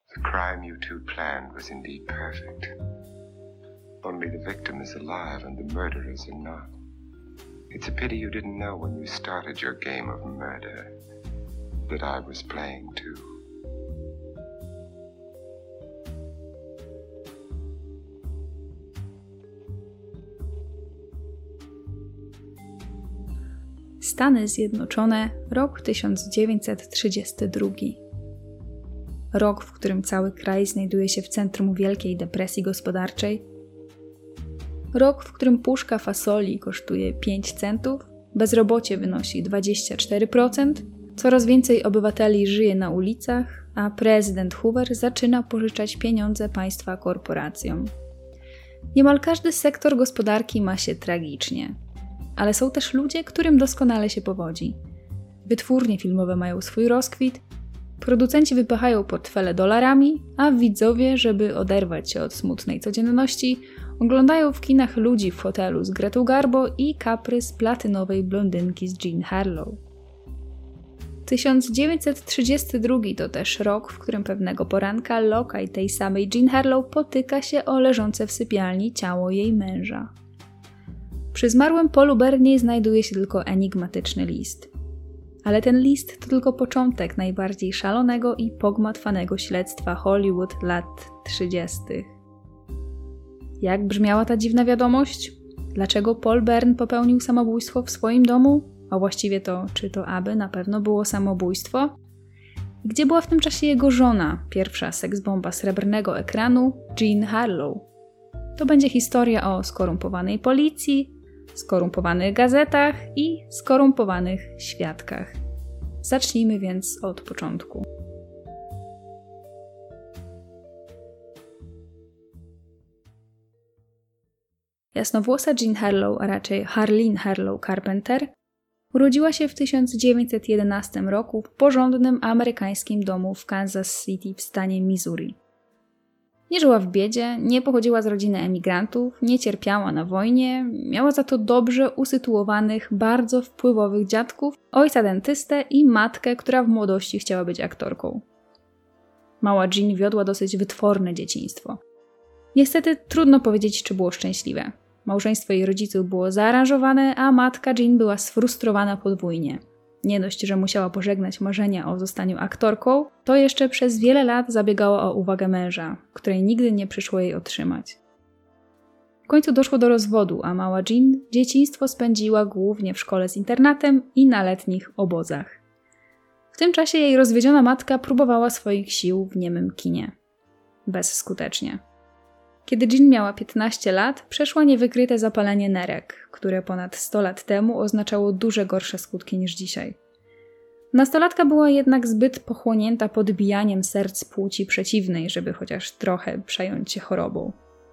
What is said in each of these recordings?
The crime you two planned was indeed perfect. Only the victim is alive and the murderers are not. It's a pity you didn't know when you started your game of murder that I was playing too. Stany Zjednoczone, rok 1932. Rok, w którym cały kraj znajduje się w centrum wielkiej depresji gospodarczej. Rok, w którym puszka fasoli kosztuje 5 centów, bezrobocie wynosi 24%, coraz więcej obywateli żyje na ulicach, a prezydent Hoover zaczyna pożyczać pieniądze państwa korporacjom. Niemal każdy sektor gospodarki ma się tragicznie. Ale są też ludzie, którym doskonale się powodzi. Wytwórnie filmowe mają swój rozkwit, producenci wypychają portfele dolarami, a widzowie, żeby oderwać się od smutnej codzienności, oglądają w kinach ludzi w fotelu z Gretą Garbo i kaprys platynowej blondynki z Jean Harlow. 1932 to też rok, w którym pewnego poranka lokaj tej samej Jean Harlow potyka się o leżące w sypialni ciało jej męża. Przy zmarłym Paulu Bernie znajduje się tylko enigmatyczny list. Ale ten list to tylko początek najbardziej szalonego i pogmatwanego śledztwa Hollywood lat 30. Jak brzmiała ta dziwna wiadomość? Dlaczego Paul Bern popełnił samobójstwo w swoim domu? A właściwie to, czy to aby na pewno było samobójstwo? Gdzie była w tym czasie jego żona, pierwsza seksbomba srebrnego ekranu, Jean Harlow? To będzie historia o skorumpowanej policji, skorumpowanych gazetach i skorumpowanych świadkach. Zacznijmy więc od początku. Jasnowłosa Jean Harlow, a raczej Harleen Harlow Carpenter, urodziła się w 1911 roku w porządnym amerykańskim domu w Kansas City w stanie Missouri. Nie żyła w biedzie, nie pochodziła z rodziny emigrantów, nie cierpiała na wojnie, miała za to dobrze usytuowanych, bardzo wpływowych dziadków, ojca dentystę i matkę, która w młodości chciała być aktorką. Mała Jean wiodła dosyć wytworne dzieciństwo. Niestety trudno powiedzieć, czy było szczęśliwe. Małżeństwo jej rodziców było zaaranżowane, a matka Jean była sfrustrowana podwójnie. Nie dość, że musiała pożegnać marzenia o zostaniu aktorką, to jeszcze przez wiele lat zabiegała o uwagę męża, której nigdy nie przyszło jej otrzymać. W końcu doszło do rozwodu, a mała Jean dzieciństwo spędziła głównie w szkole z internatem i na letnich obozach. W tym czasie jej rozwiedziona matka próbowała swoich sił w niemym kinie. Bezskutecznie. Kiedy Jean miała 15 lat, przeszła niewykryte zapalenie nerek, które ponad 100 lat temu oznaczało dużo gorsze skutki niż dzisiaj. Nastolatka była jednak zbyt pochłonięta podbijaniem serc płci przeciwnej, żeby chociaż trochę przejąć się chorobą.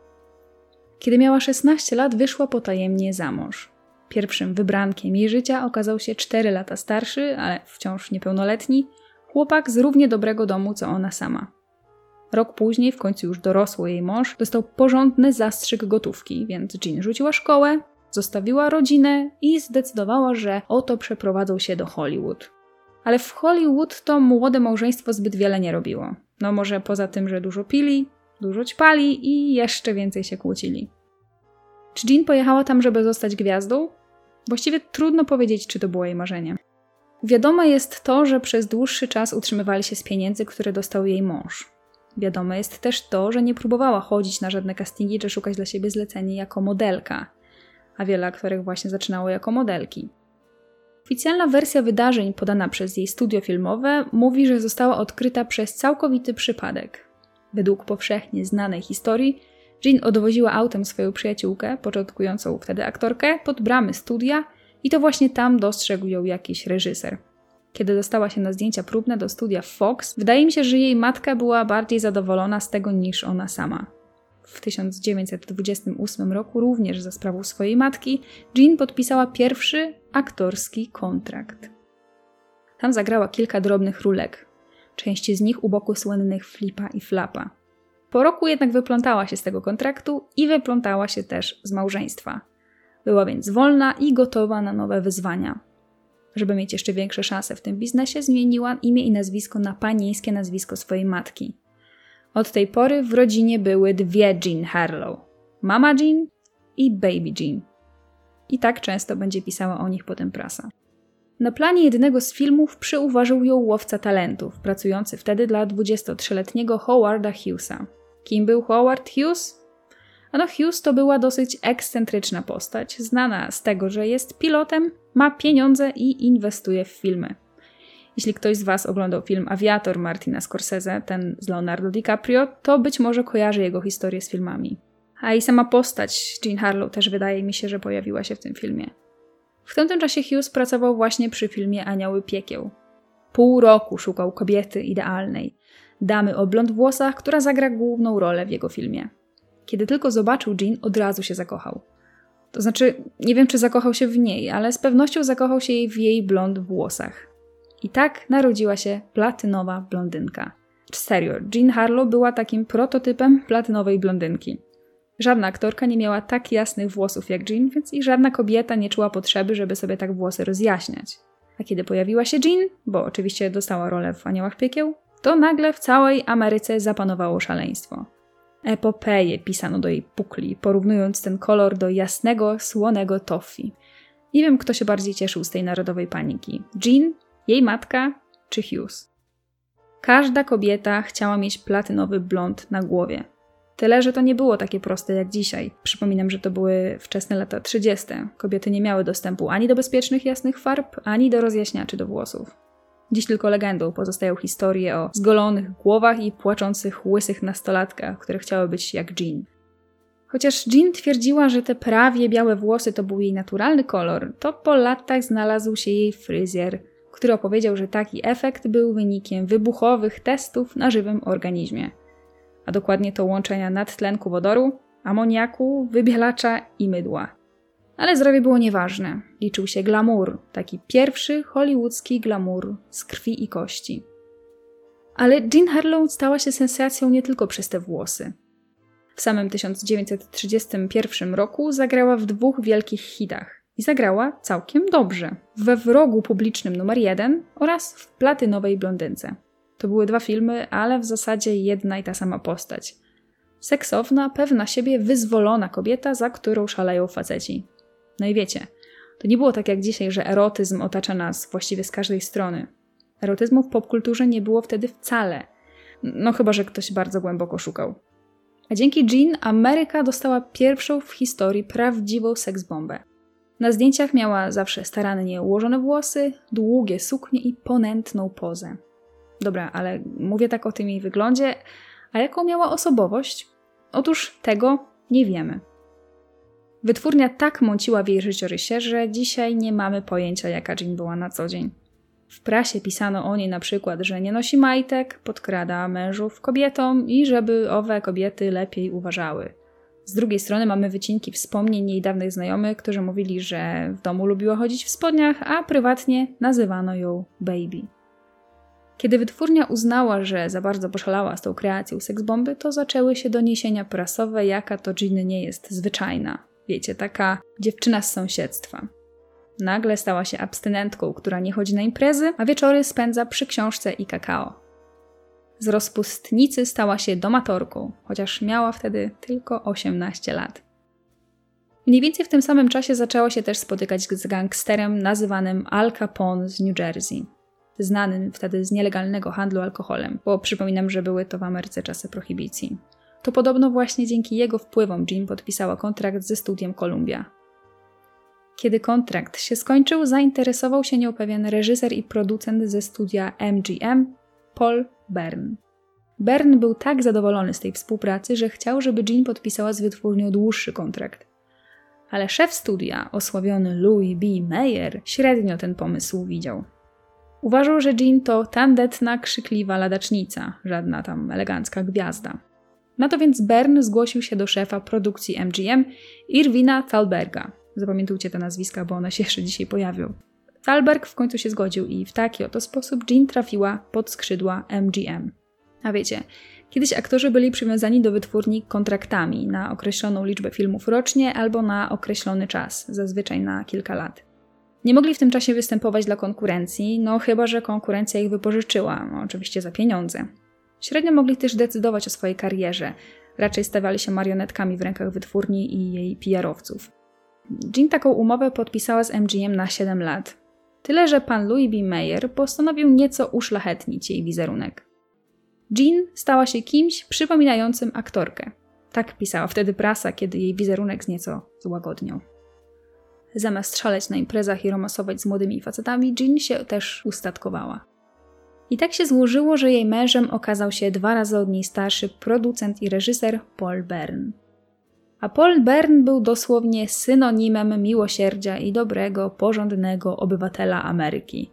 Kiedy miała 16 lat, wyszła potajemnie za mąż. Pierwszym wybrankiem jej życia okazał się 4 lata starszy, ale wciąż niepełnoletni, chłopak z równie dobrego domu co ona sama. Rok później, w końcu już dorosły jej mąż, dostał porządny zastrzyk gotówki, więc Jean rzuciła szkołę, zostawiła rodzinę i zdecydowała, że oto przeprowadzą się do Hollywood. Ale w Hollywood to młode małżeństwo zbyt wiele nie robiło. No może poza tym, że dużo pili, dużo ćpali i jeszcze więcej się kłócili. Czy Jean pojechała tam, żeby zostać gwiazdą? Właściwie trudno powiedzieć, czy to było jej marzenie. Wiadome jest to, że przez dłuższy czas utrzymywali się z pieniędzy, które dostał jej mąż. Wiadome jest też to, że nie próbowała chodzić na żadne castingi czy szukać dla siebie zlecenia jako modelka, a wiele aktorek właśnie zaczynało jako modelki. Oficjalna wersja wydarzeń podana przez jej studio filmowe mówi, że została odkryta przez całkowity przypadek. Według powszechnie znanej historii, Jean odwoziła autem swoją przyjaciółkę, początkującą wtedy aktorkę, pod bramy studia i to właśnie tam dostrzegł ją jakiś reżyser. Kiedy dostała się na zdjęcia próbne do studia Fox, wydaje mi się, że jej matka była bardziej zadowolona z tego niż ona sama. W 1928 roku, również za sprawą swojej matki, Jean podpisała pierwszy aktorski kontrakt. Tam zagrała kilka drobnych rólek, część z nich u boku słynnych Flipa i Flapa. Po roku jednak wyplątała się z tego kontraktu i wyplątała się też z małżeństwa. Była więc wolna i gotowa na nowe wyzwania. Żeby mieć jeszcze większe szanse w tym biznesie, zmieniła imię i nazwisko na panieńskie nazwisko swojej matki. Od tej pory w rodzinie były dwie Jean Harlow. Mama Jean i Baby Jean. I tak często będzie pisała o nich potem prasa. Na planie jednego z filmów przyuważył ją łowca talentów, pracujący wtedy dla 23-letniego Howarda Hughesa. Kim był Howard Hughes? Ano Hughes to była dosyć ekscentryczna postać, znana z tego, że jest pilotem, ma pieniądze i inwestuje w filmy. Jeśli ktoś z Was oglądał film Aviator Martina Scorsese, ten z Leonardo DiCaprio, to być może kojarzy jego historię z filmami. A i sama postać Jean Harlow też wydaje mi się, że pojawiła się w tym filmie. W tamtym czasie Hughes pracował właśnie przy filmie Anioły Piekieł. Pół roku szukał kobiety idealnej, damy o blond włosach, która zagra główną rolę w jego filmie. Kiedy tylko zobaczył Jean, od razu się zakochał. To znaczy, nie wiem czy zakochał się w niej, ale z pewnością zakochał się w jej blond włosach. I tak narodziła się platynowa blondynka. Serio, Jean Harlow była takim prototypem platynowej blondynki. Żadna aktorka nie miała tak jasnych włosów jak Jean, więc i żadna kobieta nie czuła potrzeby, żeby sobie tak włosy rozjaśniać. A kiedy pojawiła się Jean, bo oczywiście dostała rolę w Aniołach Piekieł, to nagle w całej Ameryce zapanowało szaleństwo. Epopeję pisano do jej pukli, porównując ten kolor do jasnego, słonego toffee. Nie wiem, kto się bardziej cieszył z tej narodowej paniki. Jean, jej matka czy Hughes. Każda kobieta chciała mieć platynowy blond na głowie. Tyle, że to nie było takie proste jak dzisiaj. Przypominam, że to były wczesne lata 30. Kobiety nie miały dostępu ani do bezpiecznych, jasnych farb, ani do rozjaśniaczy do włosów. Dziś tylko legendą pozostają historie o zgolonych głowach i płaczących, łysych nastolatkach, które chciały być jak Jean. Chociaż Jean twierdziła, że te prawie białe włosy to był jej naturalny kolor, to po latach znalazł się jej fryzjer, który opowiedział, że taki efekt był wynikiem wybuchowych testów na żywym organizmie. A dokładnie to łączenia nadtlenku wodoru, amoniaku, wybielacza i mydła. Ale zdrowie było nieważne. Liczył się glamour, taki pierwszy hollywoodzki glamour z krwi i kości. Ale Jean Harlow stała się sensacją nie tylko przez te włosy. W samym 1931 roku zagrała w 2 wielkich hitach. I zagrała całkiem dobrze. We Wrogu Publicznym numer 1 oraz w Platynowej Blondynce. To były 2 filmy, ale w zasadzie jedna i ta sama postać. Seksowna, pewna siebie, wyzwolona kobieta, za którą szaleją faceci. No i wiecie, to nie było tak jak dzisiaj, że erotyzm otacza nas właściwie z każdej strony. Erotyzmu w popkulturze nie było wtedy wcale. No chyba, że ktoś bardzo głęboko szukał. A dzięki Jean Ameryka dostała pierwszą w historii prawdziwą seksbombę. Na zdjęciach miała zawsze starannie ułożone włosy, długie suknie i ponętną pozę. Dobra, ale mówię tak o tym jej wyglądzie, a jaką miała osobowość? Otóż tego nie wiemy. Wytwórnia tak mąciła w jej życiorysie, że dzisiaj nie mamy pojęcia, jaka Jean była na co dzień. W prasie pisano o niej na przykład, że nie nosi majtek, podkrada mężów kobietom i żeby owe kobiety lepiej uważały. Z drugiej strony mamy wycinki wspomnień jej dawnych znajomych, którzy mówili, że w domu lubiła chodzić w spodniach, a prywatnie nazywano ją Baby. Kiedy wytwórnia uznała, że za bardzo poszalała z tą kreacją seksbomby, to zaczęły się doniesienia prasowe, jaka to Jean nie jest zwyczajna. Wiecie, taka dziewczyna z sąsiedztwa. Nagle stała się abstynentką, która nie chodzi na imprezy, a wieczory spędza przy książce i kakao. Z rozpustnicy stała się domatorką, chociaż miała wtedy tylko 18 lat. Mniej więcej w tym samym czasie zaczęła się też spotykać z gangsterem nazywanym Al Capone z New Jersey. Znanym wtedy z nielegalnego handlu alkoholem, bo przypominam, że były to w Ameryce czasy prohibicji. To podobno właśnie dzięki jego wpływom Jean podpisała kontrakt ze studiem Columbia. Kiedy kontrakt się skończył, zainteresował się nią pewien reżyser i producent ze studia MGM, Paul Bern. Bern był tak zadowolony z tej współpracy, że chciał, żeby Jean podpisała z wytwórnią dłuższy kontrakt. Ale szef studia, osławiony Louis B. Mayer, średnio ten pomysł widział. Uważał, że Jean to tandetna, krzykliwa ladacznica, żadna tam elegancka gwiazda. Na to więc Bern zgłosił się do szefa produkcji MGM, Irwina Thalberga. Zapamiętujcie te nazwiska, bo one się jeszcze dzisiaj pojawią. Thalberg w końcu się zgodził i w taki oto sposób Jean trafiła pod skrzydła MGM. A wiecie, kiedyś aktorzy byli przywiązani do wytwórni kontraktami na określoną liczbę filmów rocznie albo na określony czas, zazwyczaj na kilka lat. Nie mogli w tym czasie występować dla konkurencji, no chyba że konkurencja ich wypożyczyła, oczywiście za pieniądze. Średnio mogli też decydować o swojej karierze. Raczej stawali się marionetkami w rękach wytwórni i jej PR-owców. Jean taką umowę podpisała z MGM na 7 lat. Tyle, że pan Louis B. Mayer postanowił nieco uszlachetnić jej wizerunek. Jean stała się kimś przypominającym aktorkę. Tak pisała wtedy prasa, kiedy jej wizerunek nieco złagodniał. Zamiast szaleć na imprezach i romansować z młodymi facetami, Jean się też ustatkowała. I tak się złożyło, że jej mężem okazał się 2 razy od niej starszy producent i reżyser Paul Bern. A Paul Bern był dosłownie synonimem miłosierdzia i dobrego, porządnego obywatela Ameryki.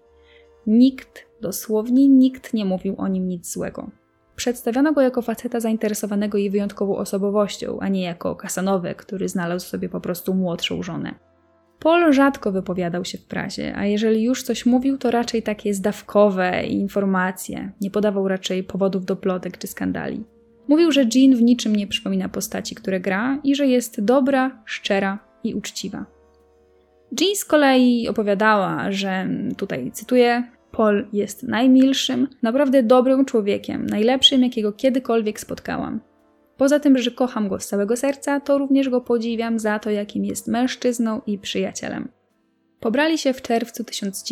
Dosłownie nikt nie mówił o nim nic złego. Przedstawiono go jako faceta zainteresowanego jej wyjątkową osobowością, a nie jako Casanowę, który znalazł sobie po prostu młodszą żonę. Paul rzadko wypowiadał się w prasie, a jeżeli już coś mówił, to raczej takie zdawkowe informacje. Nie podawał raczej powodów do plotek czy skandali. Mówił, że Jean w niczym nie przypomina postaci, które gra i że jest dobra, szczera i uczciwa. Jean z kolei opowiadała, że, tutaj cytuję, Paul jest najmilszym, naprawdę dobrym człowiekiem, najlepszym, jakiego kiedykolwiek spotkałam. Poza tym, że kocham go z całego serca, to również go podziwiam za to, jakim jest mężczyzną i przyjacielem. Pobrali się w czerwcu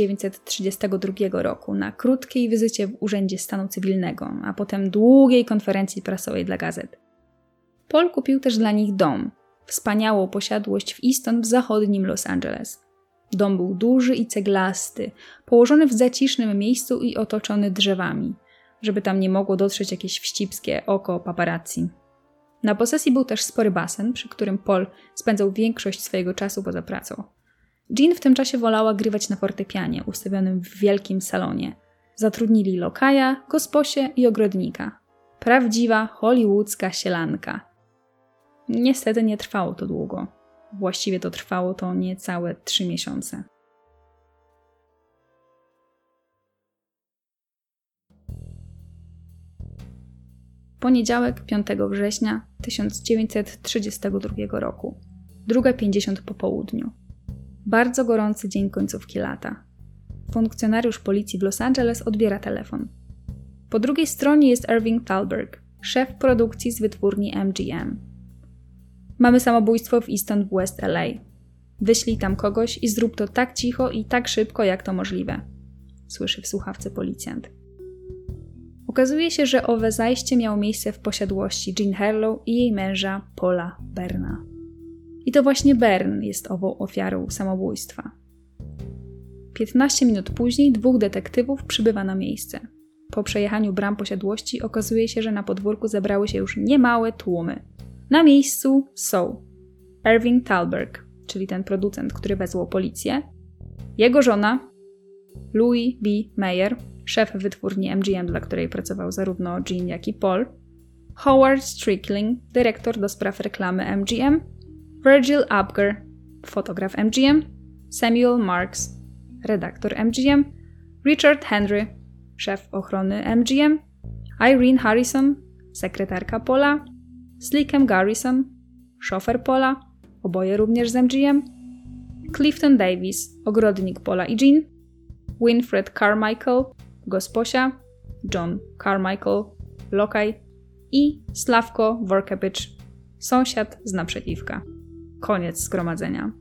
1932 roku na krótkiej wizycie w Urzędzie Stanu Cywilnego, a potem długiej konferencji prasowej dla gazet. Paul kupił też dla nich dom, wspaniałą posiadłość w Easton w zachodnim Los Angeles. Dom był duży i ceglasty, położony w zacisznym miejscu i otoczony drzewami, żeby tam nie mogło dotrzeć jakieś wścibskie oko paparazzi. Na posesji był też spory basen, przy którym Paul spędzał większość swojego czasu poza pracą. Jean w tym czasie wolała grywać na fortepianie ustawionym w wielkim salonie. Zatrudnili lokaja, gosposie i ogrodnika. Prawdziwa hollywoodzka sielanka. Niestety nie trwało to długo. Właściwie to trwało to niecałe 3 miesiące. Poniedziałek, 5 września 1932 roku. 2:50 po południu. Bardzo gorący dzień końcówki lata. Funkcjonariusz policji w Los Angeles odbiera telefon. Po drugiej stronie jest Irving Thalberg, szef produkcji z wytwórni MGM. Mamy samobójstwo w Easton w West LA. Wyślij tam kogoś i zrób to tak cicho i tak szybko, jak to możliwe. Słyszy w słuchawce policjant. Okazuje się, że owe zajście miało miejsce w posiadłości Jean Harlow i jej męża Paula Berna. I to właśnie Bern jest ową ofiarą samobójstwa. 15 minut później 2 detektywów przybywa na miejsce. Po przejechaniu bram posiadłości okazuje się, że na podwórku zebrały się już niemałe tłumy. Na miejscu są Irving Thalberg, czyli ten producent, który wezwał policję, jego żona, Louis B. Mayer, szef wytwórni MGM, dla której pracował zarówno Jean, jak i Paul, Howard Strickling, dyrektor do spraw reklamy MGM, Virgil Abger, fotograf MGM, Samuel Marks, redaktor MGM, Richard Henry, szef ochrony MGM, Irene Harrison, sekretarka Paula, Slickem Garrison, szofer Paula, oboje również z MGM, Clifton Davis, ogrodnik Paula i Jean, Winfred Carmichael, gosposia, John Carmichael, lokaj i Slavko Vorkapich, sąsiad z naprzeciwka. Koniec zgromadzenia.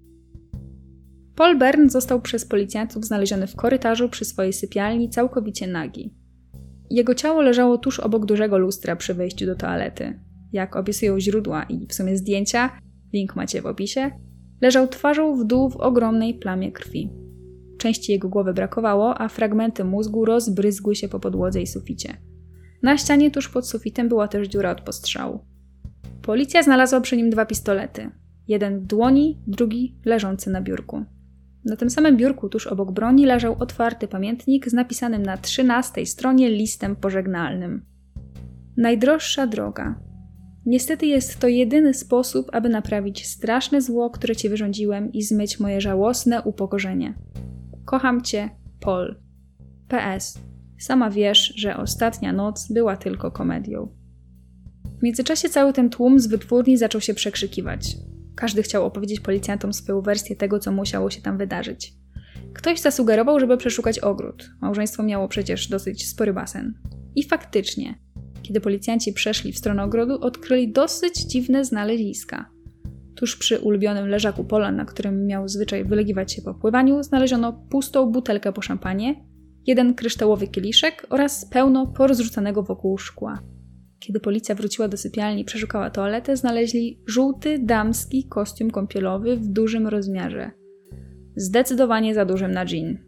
Paul Bern został przez policjantów znaleziony w korytarzu przy swojej sypialni całkowicie nagi. Jego ciało leżało tuż obok dużego lustra przy wejściu do toalety. Jak opisują źródła i w sumie zdjęcia, link macie w opisie, leżał twarzą w dół w ogromnej plamie krwi. Części jego głowy brakowało, a fragmenty mózgu rozbryzgły się po podłodze i suficie. Na ścianie tuż pod sufitem była też dziura od postrzału. Policja znalazła przy nim 2 pistolety. Jeden w dłoni, drugi leżący na biurku. Na tym samym biurku tuż obok broni leżał otwarty pamiętnik z napisanym na 13 stronie listem pożegnalnym. Najdroższa droga. Niestety jest to jedyny sposób, aby naprawić straszne zło, które ci wyrządziłem i zmyć moje żałosne upokorzenie. Kocham cię, Paul. PS. Sama wiesz, że ostatnia noc była tylko komedią. W międzyczasie cały ten tłum z wytwórni zaczął się przekrzykiwać. Każdy chciał opowiedzieć policjantom swoją wersję tego, co musiało się tam wydarzyć. Ktoś zasugerował, żeby przeszukać ogród. Małżeństwo miało przecież dosyć spory basen. I faktycznie, Kiedy policjanci przeszli w stronę ogrodu, odkryli dosyć dziwne znaleziska. Tuż przy ulubionym leżaku Paula, na którym miał zwyczaj wylegiwać się po pływaniu, znaleziono pustą butelkę po szampanie, jeden kryształowy kieliszek oraz pełno porozrzucanego wokół szkła. Kiedy policja wróciła do sypialni i przeszukała toaletę, znaleźli żółty damski kostium kąpielowy w dużym rozmiarze. Zdecydowanie za dużym na Jean.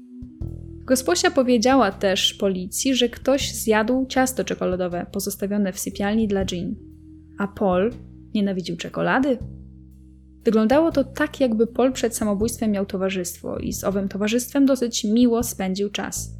Gosposia powiedziała też policji, że ktoś zjadł ciasto czekoladowe pozostawione w sypialni dla Jean. A Paul nienawidził czekolady. Wyglądało to tak, jakby Paul przed samobójstwem miał towarzystwo i z owym towarzystwem dosyć miło spędził czas.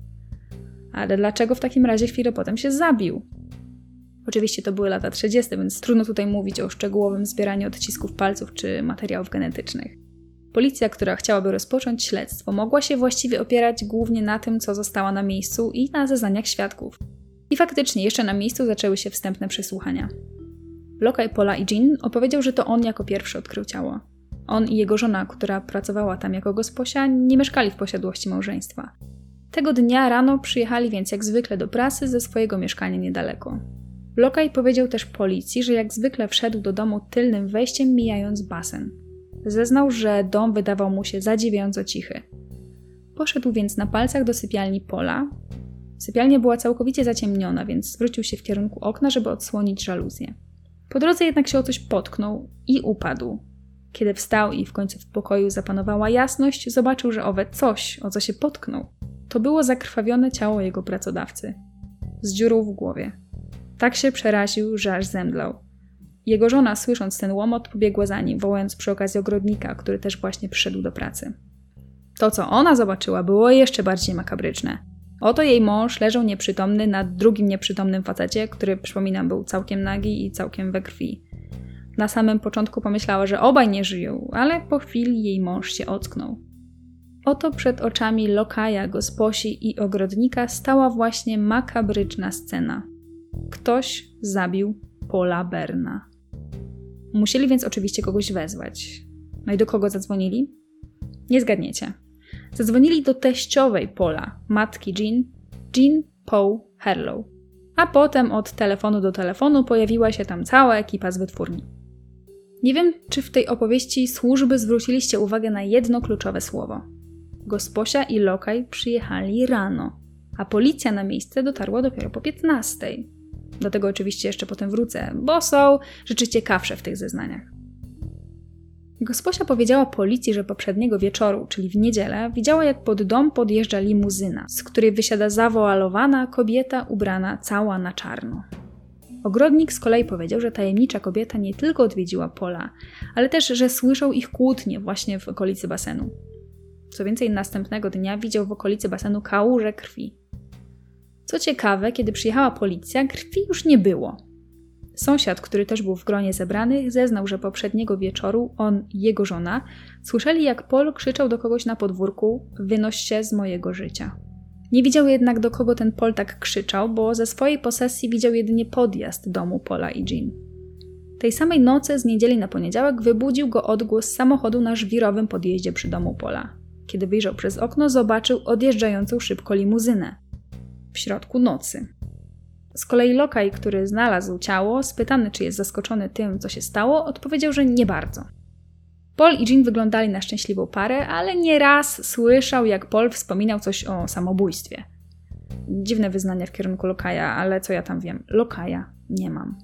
Ale dlaczego w takim razie chwilę potem się zabił? Oczywiście to były lata 30., więc trudno tutaj mówić o szczegółowym zbieraniu odcisków palców czy materiałów genetycznych. Policja, która chciałaby rozpocząć śledztwo, mogła się właściwie opierać głównie na tym, co zostało na miejscu i na zeznaniach świadków. I faktycznie jeszcze na miejscu zaczęły się wstępne przesłuchania. Lokaj Paula i Jean opowiedział, że to on jako pierwszy odkrył ciało. On i jego żona, która pracowała tam jako gosposia, nie mieszkali w posiadłości małżeństwa. Tego dnia rano przyjechali więc jak zwykle do pracy ze swojego mieszkania niedaleko. Lokaj powiedział też policji, że jak zwykle wszedł do domu tylnym wejściem, mijając basen. Zeznał, że dom wydawał mu się zadziwiająco cichy. Poszedł więc na palcach do sypialni Paula. Sypialnia była całkowicie zaciemniona, więc zwrócił się w kierunku okna, żeby odsłonić żaluzję. Po drodze jednak się o coś potknął i upadł. Kiedy wstał i w końcu w pokoju zapanowała jasność, zobaczył, że owe coś, o co się potknął, to było zakrwawione ciało jego pracodawcy. Z dziurą w głowie. Tak się przeraził, że aż zemdlał. Jego żona, słysząc ten łomot, pobiegła za nim, wołając przy okazji ogrodnika, który też właśnie przyszedł do pracy. To, co ona zobaczyła, było jeszcze bardziej makabryczne. Oto jej mąż leżał nieprzytomny nad drugim nieprzytomnym facecie, który, przypominam, był całkiem nagi i całkiem we krwi. Na samym początku pomyślała, że obaj nie żyją, ale po chwili jej mąż się ocknął. Oto przed oczami lokaja, gosposi i ogrodnika stała właśnie makabryczna scena. Ktoś zabił Paula Berna. Musieli więc oczywiście kogoś wezwać. No i do kogo zadzwonili? Nie zgadniecie. Zadzwonili do teściowej Paula, matki Jean Paul Harlow. A potem od telefonu do telefonu pojawiła się tam cała ekipa z wytwórni. Nie wiem, czy w tej opowieści służby zwróciliście uwagę na jedno kluczowe słowo. Gosposia i lokaj przyjechali rano, a policja na miejsce dotarła dopiero po 15:00. Do tego oczywiście jeszcze potem wrócę, bo są rzeczy ciekawsze w tych zeznaniach. Gosposia powiedziała policji, że poprzedniego wieczoru, czyli w niedzielę, widziała, jak pod dom podjeżdża limuzyna, z której wysiada zawoalowana kobieta ubrana cała na czarno. Ogrodnik z kolei powiedział, że tajemnicza kobieta nie tylko odwiedziła Paula, ale też, że słyszał ich kłótnie właśnie w okolicy basenu. Co więcej, następnego dnia widział w okolicy basenu kałużę krwi. Co ciekawe, kiedy przyjechała policja, krwi już nie było. Sąsiad, który też był w gronie zebranych, zeznał, że poprzedniego wieczoru on i jego żona słyszeli, jak Paul krzyczał do kogoś na podwórku: „Wynoś się z mojego życia”. Nie widział jednak, do kogo ten Paul tak krzyczał, bo ze swojej posesji widział jedynie podjazd domu Paula i Jean. Tej samej nocy z niedzieli na poniedziałek wybudził go odgłos samochodu na żwirowym podjeździe przy domu Paula. Kiedy wyjrzał przez okno, zobaczył odjeżdżającą szybko limuzynę. W środku nocy. Z kolei lokaj, który znalazł ciało, spytany, czy jest zaskoczony tym, co się stało, odpowiedział, że nie bardzo. Paul i Jean wyglądali na szczęśliwą parę, ale nieraz słyszał, jak Paul wspominał coś o samobójstwie. Dziwne wyznania w kierunku lokaja, ale co ja tam wiem, lokaja nie mam.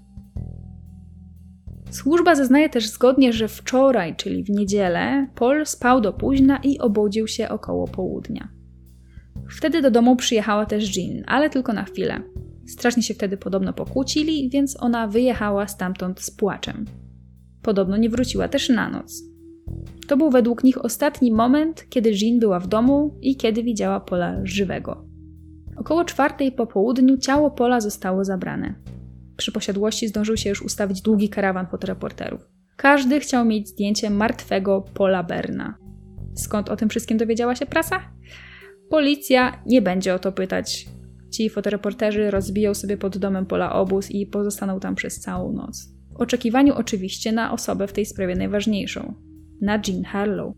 Służba zeznaje też zgodnie, że wczoraj, czyli w niedzielę, Paul spał do późna i obudził się około południa. Wtedy do domu przyjechała też Jean, ale tylko na chwilę. Strasznie się wtedy podobno pokłócili, więc ona wyjechała stamtąd z płaczem. Podobno nie wróciła też na noc. To był według nich ostatni moment, kiedy Jean była w domu i kiedy widziała Paula żywego. Około 4:00 po południu ciało Paula zostało zabrane. Przy posiadłości zdążył się już ustawić długi karawan fotoreporterów. Każdy chciał mieć zdjęcie martwego Paula Berna. Skąd o tym wszystkim dowiedziała się prasa? Policja nie będzie o to pytać. Ci fotoreporterzy rozbiją sobie pod domem Paula obóz i pozostaną tam przez całą noc. W oczekiwaniu oczywiście na osobę w tej sprawie najważniejszą. Na Jean Harlow.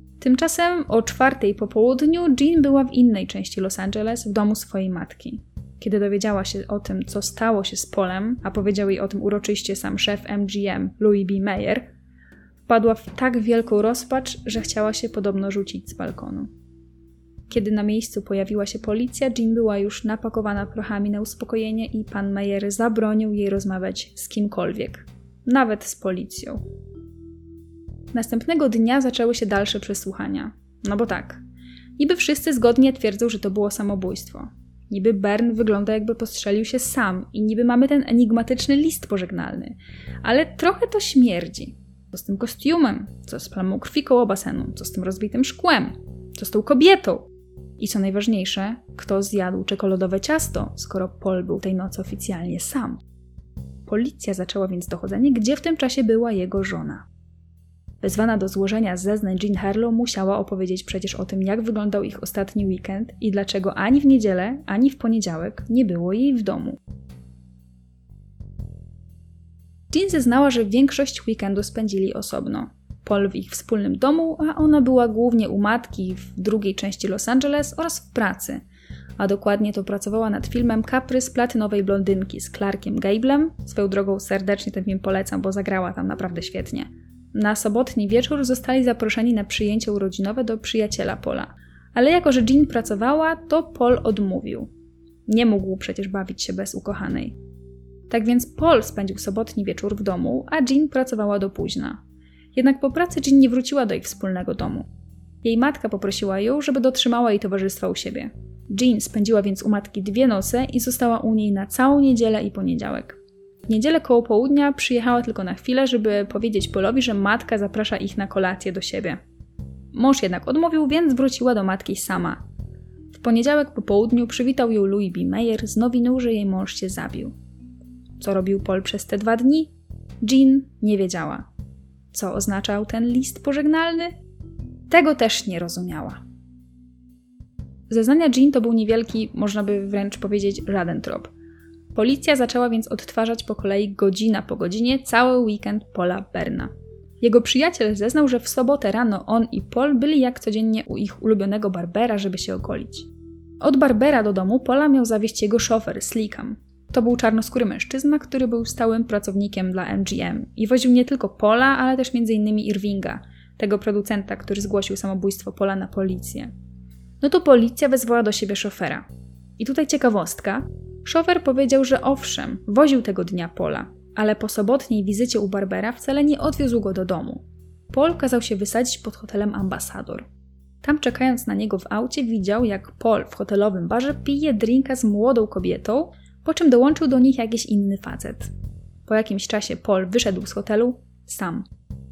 Tymczasem o 4:00 po południu Jean była w innej części Los Angeles w domu swojej matki. Kiedy dowiedziała się o tym, co stało się z Paulem, a powiedział jej o tym uroczyście sam szef MGM, Louis B. Mayer, wpadła w tak wielką rozpacz, że chciała się podobno rzucić z balkonu. Kiedy na miejscu pojawiła się policja, Jean była już napakowana prochami na uspokojenie i pan Mayer zabronił jej rozmawiać z kimkolwiek, nawet z policją. Następnego dnia zaczęły się dalsze przesłuchania. No bo tak, niby wszyscy zgodnie twierdzą, że to było samobójstwo. Niby Bern wygląda, jakby postrzelił się sam i niby mamy ten enigmatyczny list pożegnalny. Ale trochę to śmierdzi. Co z tym kostiumem? Co z plamą krwi koło basenu? Co z tym rozbitym szkłem? Co z tą kobietą? I co najważniejsze, kto zjadł czekoladowe ciasto, skoro Paul był tej nocy oficjalnie sam? Policja zaczęła więc dochodzenie, gdzie w tym czasie była jego żona. Wezwana do złożenia zeznań Jean Harlow musiała opowiedzieć przecież o tym, jak wyglądał ich ostatni weekend i dlaczego ani w niedzielę, ani w poniedziałek nie było jej w domu. Jean zeznała, że większość weekendu spędzili osobno. Paul w ich wspólnym domu, a ona była głównie u matki w drugiej części Los Angeles oraz w pracy. A dokładnie to pracowała nad filmem Kaprys platynowej blondynki z Clarkiem Gablem. Swoją drogą serdecznie ten film polecam, bo zagrała tam naprawdę świetnie. Na sobotni wieczór zostali zaproszeni na przyjęcie urodzinowe do przyjaciela Paula. Ale jako, że Jean pracowała, to Paul odmówił. Nie mógł przecież bawić się bez ukochanej. Tak więc Paul spędził sobotni wieczór w domu, a Jean pracowała do późna. Jednak po pracy Jean nie wróciła do ich wspólnego domu. Jej matka poprosiła ją, żeby dotrzymała jej towarzystwa u siebie. Jean spędziła więc u matki 2 noce i została u niej na całą niedzielę i poniedziałek. W niedzielę koło południa przyjechała tylko na chwilę, żeby powiedzieć Paulowi, że matka zaprasza ich na kolację do siebie. Mąż jednak odmówił, więc wróciła do matki sama. W poniedziałek po południu przywitał ją Louis B. Mayer z nowiną, że jej mąż się zabił. Co robił Paul przez te 2 dni? Jean nie wiedziała. Co oznaczał ten list pożegnalny? Tego też nie rozumiała. Zeznania Jean to był niewielki, można by wręcz powiedzieć, żaden trop. Policja zaczęła więc odtwarzać po kolei godzina po godzinie cały weekend Paula Berna. Jego przyjaciel zeznał, że w sobotę rano on i Paul byli jak codziennie u ich ulubionego barbera, żeby się ogolić. Od barbera do domu Paula miał zawieźć jego szofer, Slickham. To był czarnoskóry mężczyzna, który był stałym pracownikiem dla MGM i woził nie tylko Paula, ale też m.in. Irvinga, tego producenta, który zgłosił samobójstwo Paula na policję. No to policja wezwała do siebie szofera. I tutaj ciekawostka. Szofer powiedział, że owszem, woził tego dnia Paula, ale po sobotniej wizycie u barbera wcale nie odwiózł go do domu. Paul kazał się wysadzić pod hotelem Ambassador. Tam czekając na niego w aucie widział, jak Paul w hotelowym barze pije drinka z młodą kobietą, po czym dołączył do nich jakiś inny facet. Po jakimś czasie Paul wyszedł z hotelu sam.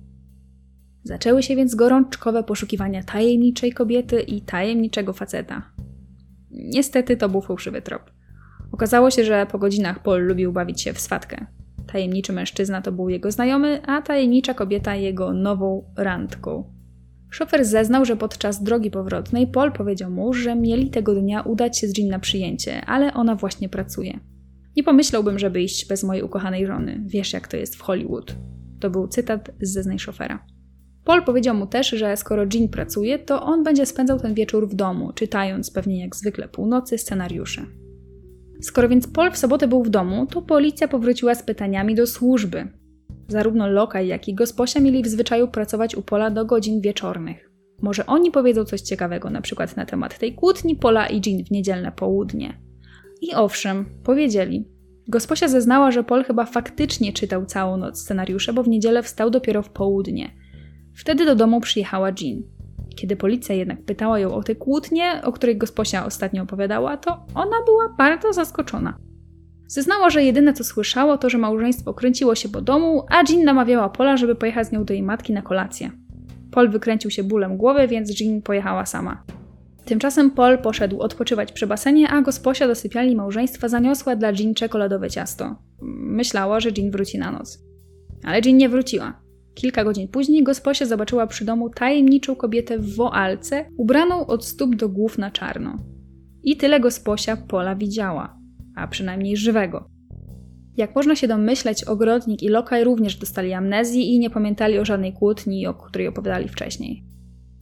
Zaczęły się więc gorączkowe poszukiwania tajemniczej kobiety i tajemniczego faceta. Niestety to był fałszywy trop. Okazało się, że po godzinach Paul lubił bawić się w swatkę. Tajemniczy mężczyzna to był jego znajomy, a tajemnicza kobieta jego nową randką. Szofer zeznał, że podczas drogi powrotnej Paul powiedział mu, że mieli tego dnia udać się z Jean na przyjęcie, ale ona właśnie pracuje. Nie pomyślałbym, żeby iść bez mojej ukochanej żony. Wiesz, jak to jest w Hollywood. To był cytat z zeznań szofera. Paul powiedział mu też, że skoro Jean pracuje, to on będzie spędzał ten wieczór w domu, czytając pewnie jak zwykle północy scenariusze. Skoro więc Paul w sobotę był w domu, to policja powróciła z pytaniami do służby. Zarówno lokaj, jak i gosposia mieli w zwyczaju pracować u Paula do godzin wieczornych. Może oni powiedzą coś ciekawego, na przykład na temat tej kłótni Paula i Jean w niedzielne południe. I owszem, powiedzieli. Gosposia zeznała, że Paul chyba faktycznie czytał całą noc scenariusze, bo w niedzielę wstał dopiero w południe. Wtedy do domu przyjechała Jean. Kiedy policja jednak pytała ją o tę kłótnię, o której gosposia ostatnio opowiadała, to ona była bardzo zaskoczona. Zeznała, że jedyne co słyszało to, że małżeństwo kręciło się po domu, a Jean namawiała Paula, żeby pojechać z nią do jej matki na kolację. Paul wykręcił się bólem głowy, więc Jean pojechała sama. Tymczasem Paul poszedł odpoczywać przy basenie, a gosposia do sypialni małżeństwa zaniosła dla Jean czekoladowe ciasto. Myślała, że Jean wróci na noc. Ale Jean nie wróciła. Kilka godzin później gosposia zobaczyła przy domu tajemniczą kobietę w woalce, ubraną od stóp do głów na czarno. I tyle gosposia Paula widziała, a przynajmniej żywego. Jak można się domyśleć, ogrodnik i lokaj również dostali amnezji i nie pamiętali o żadnej kłótni, o której opowiadali wcześniej.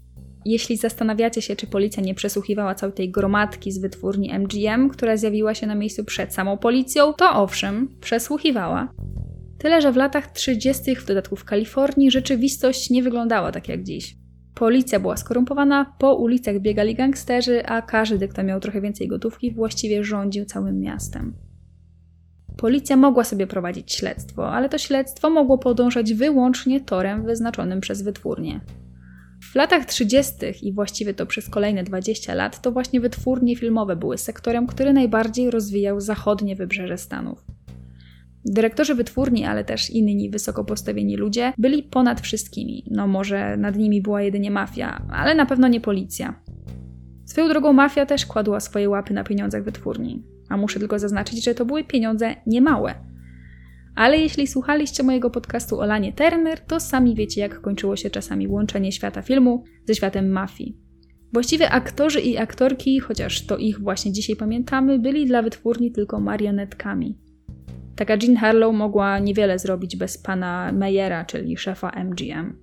jeśli zastanawiacie się, czy policja nie przesłuchiwała całej tej gromadki z wytwórni MGM, która zjawiła się na miejscu przed samą policją, to owszem, przesłuchiwała. Tyle, że w latach 30. w dodatku w Kalifornii rzeczywistość nie wyglądała tak jak dziś. Policja była skorumpowana, po ulicach biegali gangsterzy, a każdy, kto miał trochę więcej gotówki, właściwie rządził całym miastem. Policja mogła sobie prowadzić śledztwo, ale to śledztwo mogło podążać wyłącznie torem wyznaczonym przez wytwórnię. W latach 30. i właściwie to przez kolejne 20 lat to właśnie wytwórnie filmowe były sektorem, który najbardziej rozwijał zachodnie wybrzeże Stanów. Dyrektorzy wytwórni, ale też inni wysoko postawieni ludzie byli ponad wszystkimi. No może nad nimi była jedynie mafia, ale na pewno nie policja. Swoją drogą mafia też kładła swoje łapy na pieniądzach wytwórni. A muszę tylko zaznaczyć, że to były pieniądze niemałe. Ale jeśli słuchaliście mojego podcastu o Lanie Turner, to sami wiecie, jak kończyło się czasami łączenie świata filmu ze światem mafii. Właściwie aktorzy i aktorki, chociaż to ich właśnie dzisiaj pamiętamy, byli dla wytwórni tylko marionetkami. Taka Jean Harlow mogła niewiele zrobić bez pana Meyera, czyli szefa MGM.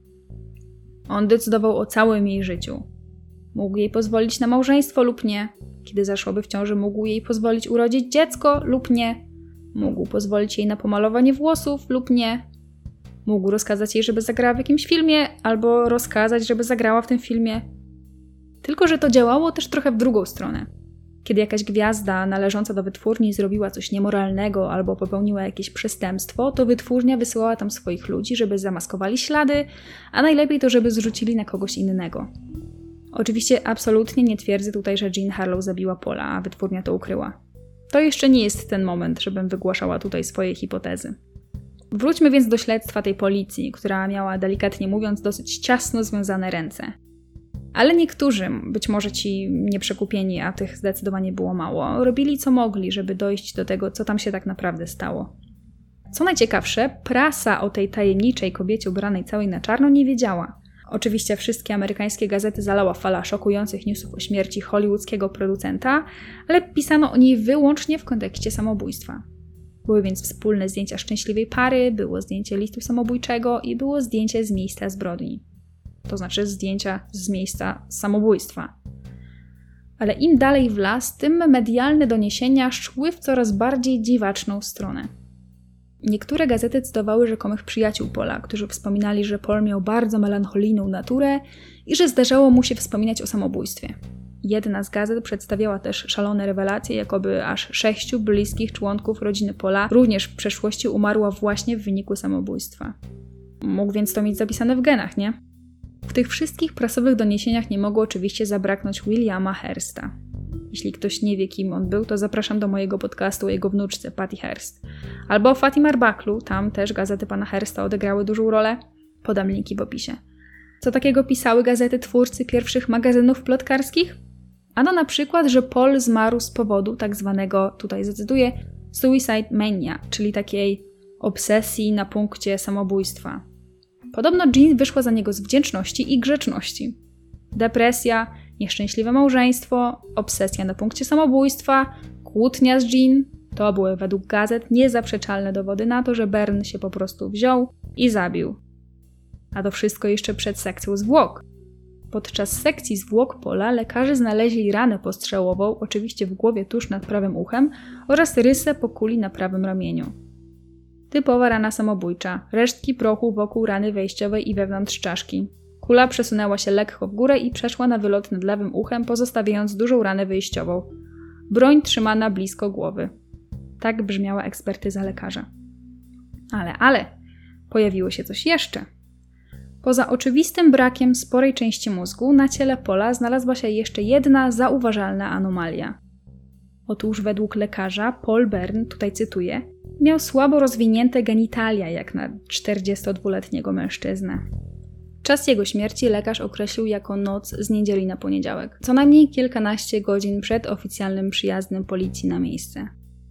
On decydował o całym jej życiu. Mógł jej pozwolić na małżeństwo lub nie. Kiedy zaszłoby w ciąży, mógł jej pozwolić urodzić dziecko lub nie. Mógł pozwolić jej na pomalowanie włosów lub nie. Mógł rozkazać jej, żeby zagrała w jakimś filmie, albo rozkazać, żeby zagrała w tym filmie. Tylko że to działało też trochę w drugą stronę. Kiedy jakaś gwiazda należąca do wytwórni zrobiła coś niemoralnego albo popełniła jakieś przestępstwo, to wytwórnia wysyłała tam swoich ludzi, żeby zamaskowali ślady, a najlepiej to, żeby zrzucili na kogoś innego. Oczywiście absolutnie nie twierdzę tutaj, że Jean Harlow zabiła Paula, a wytwórnia to ukryła. To jeszcze nie jest ten moment, żebym wygłaszała tutaj swoje hipotezy. Wróćmy więc do śledztwa tej policji, która miała, delikatnie mówiąc, dosyć ciasno związane ręce. Ale niektórzy, być może ci nieprzekupieni, a tych zdecydowanie było mało, robili co mogli, żeby dojść do tego, co tam się tak naprawdę stało. Co najciekawsze, prasa o tej tajemniczej kobiecie ubranej całej na czarno nie wiedziała. Oczywiście wszystkie amerykańskie gazety zalała fala szokujących newsów o śmierci hollywoodzkiego producenta, ale pisano o niej wyłącznie w kontekście samobójstwa. Były więc wspólne zdjęcia szczęśliwej pary, było zdjęcie listu samobójczego i było zdjęcie z miejsca zbrodni. To znaczy zdjęcia z miejsca samobójstwa. Ale im dalej w las, tym medialne doniesienia szły w coraz bardziej dziwaczną stronę. Niektóre gazety cytowały rzekomych przyjaciół Paula, którzy wspominali, że Paul miał bardzo melancholijną naturę i że zdarzało mu się wspominać o samobójstwie. Jedna z gazet przedstawiała też szalone rewelacje, jakoby aż 6 bliskich członków rodziny Paula również w przeszłości umarła właśnie w wyniku samobójstwa. Mógł więc to mieć zapisane w genach, nie? W tych wszystkich prasowych doniesieniach nie mogło oczywiście zabraknąć Williama Hearsta. Jeśli ktoś nie wie, kim on był, to zapraszam do mojego podcastu o jego wnuczce, Patty Hearst. Albo o Fatim Arbaklu, tam też gazety pana Hearsta odegrały dużą rolę. Podam linki w opisie. Co takiego pisały gazety twórcy pierwszych magazynów plotkarskich? Ano na przykład, że Paul zmarł z powodu tak zwanego, tutaj zacytuję, suicide mania, czyli takiej obsesji na punkcie samobójstwa. Podobno Jean wyszła za niego z wdzięczności i grzeczności. Depresja, nieszczęśliwe małżeństwo, obsesja na punkcie samobójstwa, kłótnia z Jean to były według gazet niezaprzeczalne dowody na to, że Bern się po prostu wziął i zabił. A to wszystko jeszcze przed sekcją zwłok. Podczas sekcji zwłok Paula lekarze znaleźli ranę postrzałową, oczywiście w głowie tuż nad prawym uchem, oraz rysę po kuli na prawym ramieniu. Typowa rana samobójcza, resztki prochu wokół rany wejściowej i wewnątrz czaszki. Kula przesunęła się lekko w górę i przeszła na wylot nad lewym uchem, pozostawiając dużą ranę wyjściową. Broń trzymana blisko głowy. Tak brzmiała ekspertyza lekarza. Ale, pojawiło się coś jeszcze. Poza oczywistym brakiem sporej części mózgu, na ciele Paula znalazła się jeszcze jedna zauważalna anomalia. Otóż według lekarza Paul Bern, tutaj cytuję, miał słabo rozwinięte genitalia jak na 42-letniego mężczyznę. Czas jego śmierci lekarz określił jako noc z niedzieli na poniedziałek, co najmniej kilkanaście godzin przed oficjalnym przyjazdem policji na miejsce.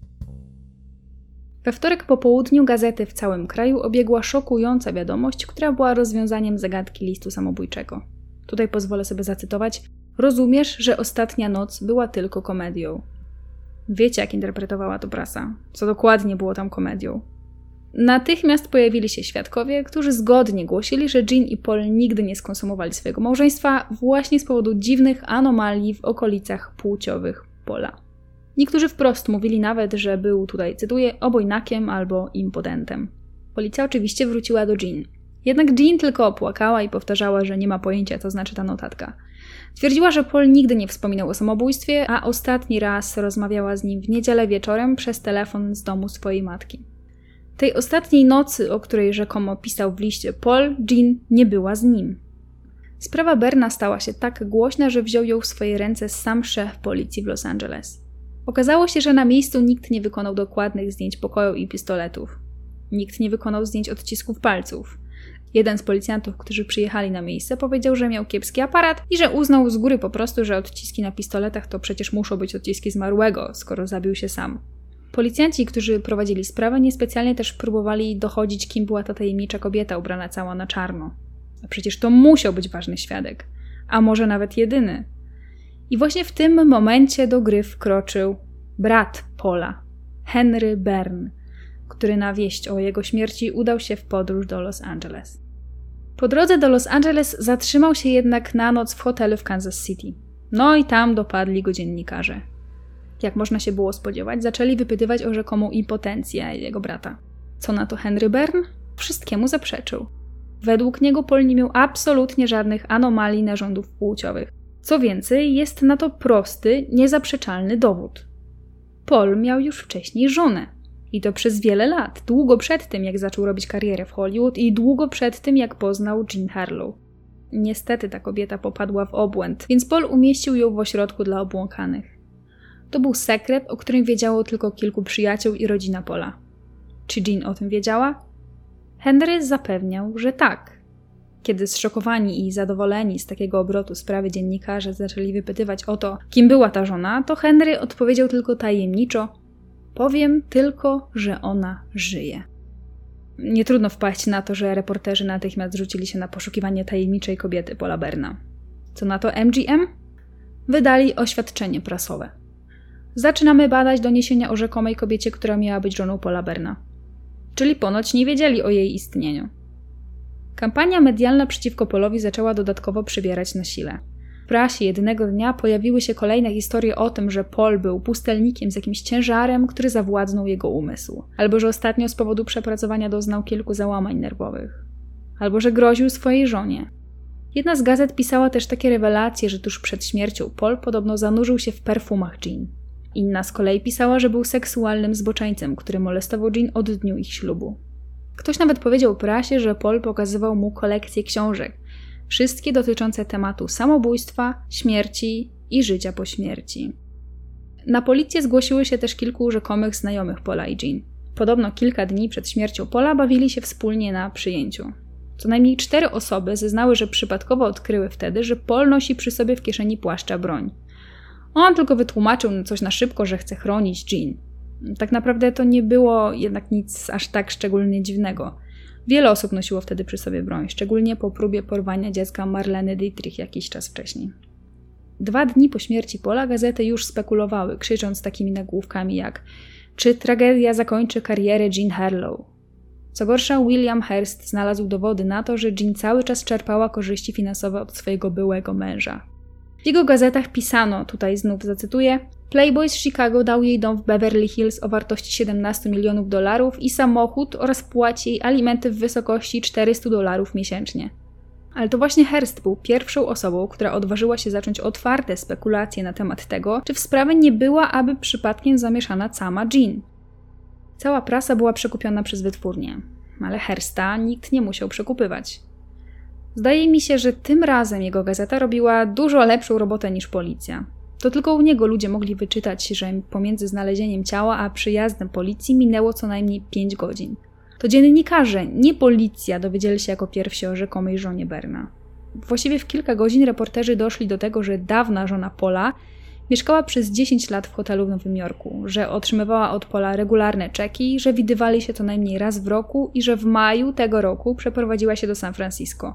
We wtorek po południu gazety w całym kraju obiegła szokująca wiadomość, która była rozwiązaniem zagadki listu samobójczego. Tutaj pozwolę sobie zacytować: rozumiesz, że ostatnia noc była tylko komedią. Wiecie, jak interpretowała to prasa, co dokładnie było tam komedią. Natychmiast pojawili się świadkowie, którzy zgodnie głosili, że Jean i Paul nigdy nie skonsumowali swojego małżeństwa właśnie z powodu dziwnych anomalii w okolicach płciowych Paula. Niektórzy wprost mówili nawet, że był tutaj, cytuję, obojnakiem albo impotentem. Policja oczywiście wróciła do Jean. Jednak Jean tylko opłakała i powtarzała, że nie ma pojęcia, co znaczy ta notatka. Twierdziła, że Paul nigdy nie wspominał o samobójstwie, a ostatni raz rozmawiała z nim w niedzielę wieczorem przez telefon z domu swojej matki. Tej ostatniej nocy, o której rzekomo pisał w liście Paul, Jean nie była z nim. Sprawa Berna stała się tak głośna, że wziął ją w swoje ręce sam szef policji w Los Angeles. Okazało się, że na miejscu nikt nie wykonał dokładnych zdjęć pokoju i pistoletów. Nikt nie wykonał zdjęć odcisków palców. Jeden z policjantów, którzy przyjechali na miejsce, powiedział, że miał kiepski aparat i że uznał z góry po prostu, że odciski na pistoletach to przecież muszą być odciski zmarłego, skoro zabił się sam. Policjanci, którzy prowadzili sprawę, niespecjalnie też próbowali dochodzić, kim była ta tajemnicza kobieta ubrana cała na czarno. A przecież to musiał być ważny świadek, a może nawet jedyny. I właśnie w tym momencie do gry wkroczył brat Paula, Henry Byrne, który na wieść o jego śmierci udał się w podróż do Los Angeles. Po drodze do Los Angeles zatrzymał się jednak na noc w hotelu w Kansas City. No i tam dopadli go dziennikarze. Jak można się było spodziewać, zaczęli wypytywać o rzekomą impotencję jego brata. Co na to Henry Byrne? Wszystkiemu zaprzeczył. Według niego Paul nie miał absolutnie żadnych anomalii narządów płciowych. Co więcej, jest na to prosty, niezaprzeczalny dowód. Paul miał już wcześniej żonę. I to przez wiele lat, długo przed tym, jak zaczął robić karierę w Hollywood i długo przed tym, jak poznał Jean Harlow. Niestety ta kobieta popadła w obłęd, więc Paul umieścił ją w ośrodku dla obłąkanych. To był sekret, o którym wiedziało tylko kilku przyjaciół i rodzina Paula. Czy Jean o tym wiedziała? Henry zapewniał, że tak. Kiedy zszokowani i zadowoleni z takiego obrotu sprawy dziennikarze zaczęli wypytywać o to, kim była ta żona, to Henry odpowiedział tylko tajemniczo: powiem tylko, że ona żyje. Nie trudno wpaść na to, że reporterzy natychmiast rzucili się na poszukiwanie tajemniczej kobiety Paula Byrna. Co na to MGM? Wydali oświadczenie prasowe. Zaczynamy badać doniesienia o rzekomej kobiecie, która miała być żoną Paula Byrna. Czyli ponoć nie wiedzieli o jej istnieniu. Kampania medialna przeciwko Paulowi zaczęła dodatkowo przybierać na sile. W prasie jednego dnia pojawiły się kolejne historie o tym, że Paul był pustelnikiem z jakimś ciężarem, który zawładnął jego umysł. Albo że ostatnio z powodu przepracowania doznał kilku załamań nerwowych. Albo że groził swojej żonie. Jedna z gazet pisała też takie rewelacje, że tuż przed śmiercią Paul podobno zanurzył się w perfumach Jean. Inna z kolei pisała, że był seksualnym zboczeńcem, który molestował Jean od dniu ich ślubu. Ktoś nawet powiedział prasie, że Paul pokazywał mu kolekcję książek, wszystkie dotyczące tematu samobójstwa, śmierci i życia po śmierci. Na policję zgłosiły się też kilku rzekomych znajomych Paula i Jean. Podobno kilka dni przed śmiercią Paula bawili się wspólnie na przyjęciu. Co najmniej 4 osoby zeznały, że przypadkowo odkryły wtedy, że Paul nosi przy sobie w kieszeni płaszcza broń. On tylko wytłumaczył coś na szybko, że chce chronić Jean. Tak naprawdę to nie było jednak nic aż tak szczególnie dziwnego. Wiele osób nosiło wtedy przy sobie broń, szczególnie po próbie porwania dziecka Marleny Dietrich jakiś czas wcześniej. 2 dni po śmierci Paula gazety już spekulowały, krzycząc takimi nagłówkami jak: czy tragedia zakończy karierę Jean Harlow? Co gorsza, William Hearst znalazł dowody na to, że Jean cały czas czerpała korzyści finansowe od swojego byłego męża. W jego gazetach pisano, tutaj znów zacytuję: Playboy z Chicago dał jej dom w Beverly Hills o wartości $17 milionów i samochód oraz płaci jej alimenty w wysokości $400 miesięcznie. Ale to właśnie Hearst był pierwszą osobą, która odważyła się zacząć otwarte spekulacje na temat tego, czy w sprawę nie była aby przypadkiem zamieszana sama Jean. Cała prasa była przekupiona przez wytwórnię, ale Hearsta nikt nie musiał przekupywać. Zdaje mi się, że tym razem jego gazeta robiła dużo lepszą robotę niż policja. To tylko u niego ludzie mogli wyczytać, że pomiędzy znalezieniem ciała a przyjazdem policji minęło co najmniej 5 godzin. To dziennikarze, nie policja, dowiedzieli się jako pierwsi o rzekomej żonie Byrna. Właściwie w kilka godzin reporterzy doszli do tego, że dawna żona Paula mieszkała przez 10 lat w hotelu w Nowym Jorku, że otrzymywała od Paula regularne czeki, że widywali się co najmniej raz w roku i że w maju tego roku przeprowadziła się do San Francisco.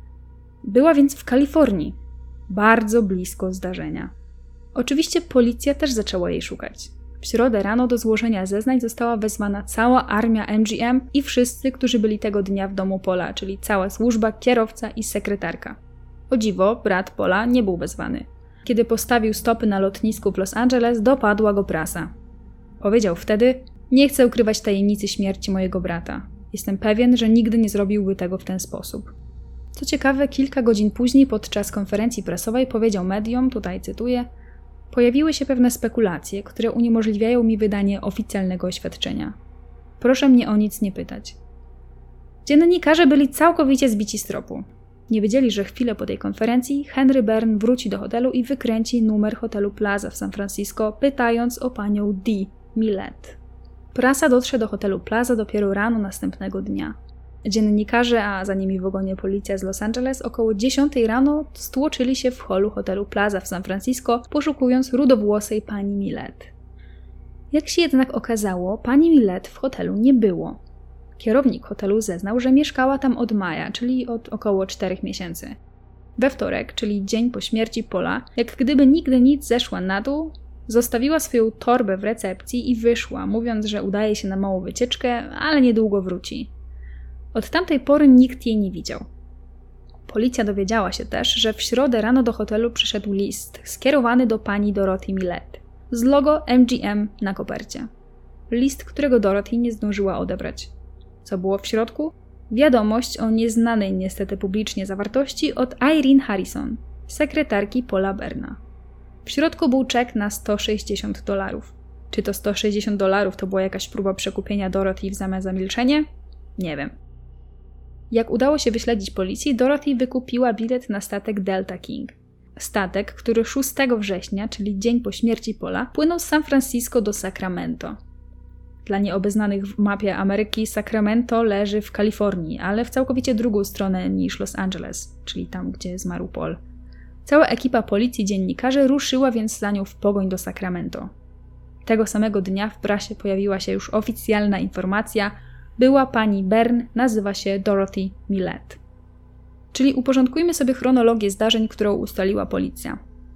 Była więc w Kalifornii, bardzo blisko zdarzenia. Oczywiście policja też zaczęła jej szukać. W środę rano do złożenia zeznań została wezwana cała armia MGM i wszyscy, którzy byli tego dnia w domu Paula, czyli cała służba, kierowca i sekretarka. O dziwo, brat Paula nie był wezwany. Kiedy postawił stopy na lotnisku w Los Angeles, dopadła go prasa. Powiedział wtedy: nie chcę ukrywać tajemnicy śmierci mojego brata. Jestem pewien, że nigdy nie zrobiłby tego w ten sposób. Co ciekawe, kilka godzin później podczas konferencji prasowej powiedział mediom, tutaj cytuję: pojawiły się pewne spekulacje, które uniemożliwiają mi wydanie oficjalnego oświadczenia. Proszę mnie o nic nie pytać. Dziennikarze byli całkowicie zbici z tropu. Nie wiedzieli, że chwilę po tej konferencji Henry Byrne wróci do hotelu i wykręci numer hotelu Plaza w San Francisco, pytając o panią Dee Millett. Prasa dotrze do hotelu Plaza dopiero rano następnego dnia. Dziennikarze, a za nimi w ogonie policja z Los Angeles, około 10 rano stłoczyli się w holu hotelu Plaza w San Francisco, poszukując rudowłosej pani Millett. Jak się jednak okazało, pani Millett w hotelu nie było. Kierownik hotelu zeznał, że mieszkała tam od maja, czyli od około 4 miesięcy. We wtorek, czyli dzień po śmierci Paula, jak gdyby nigdy nic, zeszła na dół, zostawiła swoją torbę w recepcji i wyszła, mówiąc, że udaje się na małą wycieczkę, ale niedługo wróci. Od tamtej pory nikt jej nie widział. Policja dowiedziała się też, że w środę rano do hotelu przyszedł list skierowany do pani Dorothy Millett z logo MGM na kopercie. List, którego Dorothy nie zdążyła odebrać. Co było w środku? Wiadomość o nieznanej niestety publicznie zawartości od Irene Harrison, sekretarki Paula Byrna. W środku był czek na $160. Czy to $160 to była jakaś próba przekupienia Dorothy w zamian za milczenie? Nie wiem. Jak udało się wyśledzić policji, Dorothy wykupiła bilet na statek Delta King. Statek, który 6 września, czyli dzień po śmierci Paula, płynął z San Francisco do Sacramento. Dla nieobeznanych w mapie Ameryki Sacramento leży w Kalifornii, ale w całkowicie drugą stronę niż Los Angeles, czyli tam, gdzie zmarł Paul. Cała ekipa policji i dziennikarzy ruszyła więc za nią w pogoń do Sacramento. Tego samego dnia w prasie pojawiła się już oficjalna informacja: była pani Byrne, nazywa się Dorothy Millett. Czyli uporządkujmy sobie chronologię zdarzeń, którą ustaliła policja.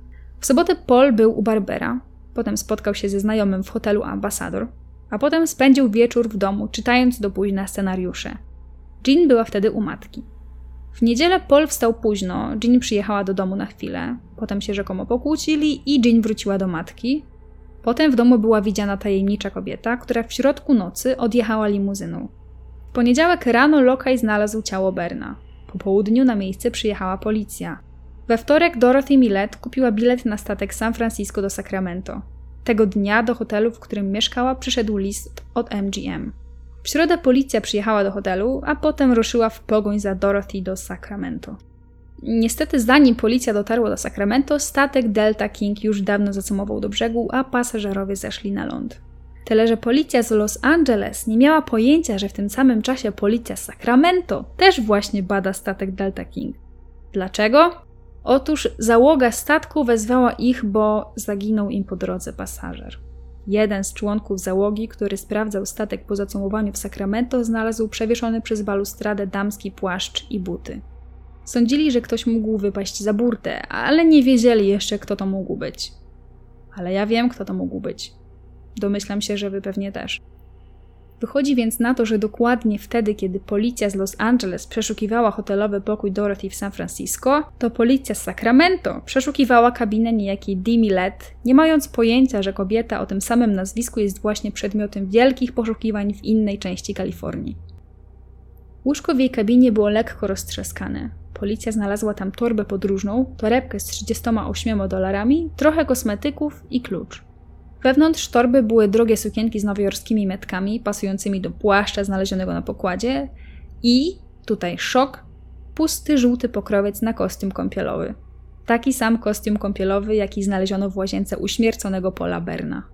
W sobotę Paul był u barbera, potem spotkał się ze znajomym w hotelu Ambassador, a potem spędził wieczór w domu, czytając do późna scenariusze. Jean była wtedy u matki. W niedzielę Paul wstał późno, Jean przyjechała do domu na chwilę, potem się rzekomo pokłócili i Jean wróciła do matki. Potem w domu była widziana tajemnicza kobieta, która w środku nocy odjechała limuzyną. W poniedziałek rano lokaj znalazł ciało Byrna. Po południu na miejsce przyjechała policja. We wtorek Dorothy Millett kupiła bilet na statek San Francisco do Sacramento. Tego dnia do hotelu, w którym mieszkała, przyszedł list od MGM. W środę policja przyjechała do hotelu, a potem ruszyła w pogoń za Dorothy do Sacramento. Niestety, zanim policja dotarła do Sacramento, statek Delta King już dawno zacumował do brzegu, a pasażerowie zeszli na ląd. Tyle, że policja z Los Angeles nie miała pojęcia, że w tym samym czasie policja z Sacramento też właśnie bada statek Delta King. Dlaczego? Otóż załoga statku wezwała ich, bo zaginął im po drodze pasażer. Jeden z członków załogi, który sprawdzał statek po zacumowaniu w Sacramento, znalazł przewieszony przez balustradę damski płaszcz i buty. Sądzili, że ktoś mógł wypaść za burtę, ale nie wiedzieli jeszcze, kto to mógł być. Ale ja wiem, kto to mógł być. Domyślam się, że wy pewnie też. Wychodzi więc na to, że dokładnie wtedy, kiedy policja z Los Angeles przeszukiwała hotelowy pokój Dorothy w San Francisco, to policja z Sacramento przeszukiwała kabinę niejakiej Dee Millett, nie mając pojęcia, że kobieta o tym samym nazwisku jest właśnie przedmiotem wielkich poszukiwań w innej części Kalifornii. Łóżko w jej kabinie było lekko roztrzaskane. Policja znalazła tam torbę podróżną, torebkę z $38, trochę kosmetyków i klucz. Wewnątrz torby były drogie sukienki z nowojorskimi metkami, pasującymi do płaszcza znalezionego na pokładzie i, tutaj szok, pusty żółty pokrowiec na kostium kąpielowy. Taki sam kostium kąpielowy, jaki znaleziono w łazience uśmierconego Paula Byrna.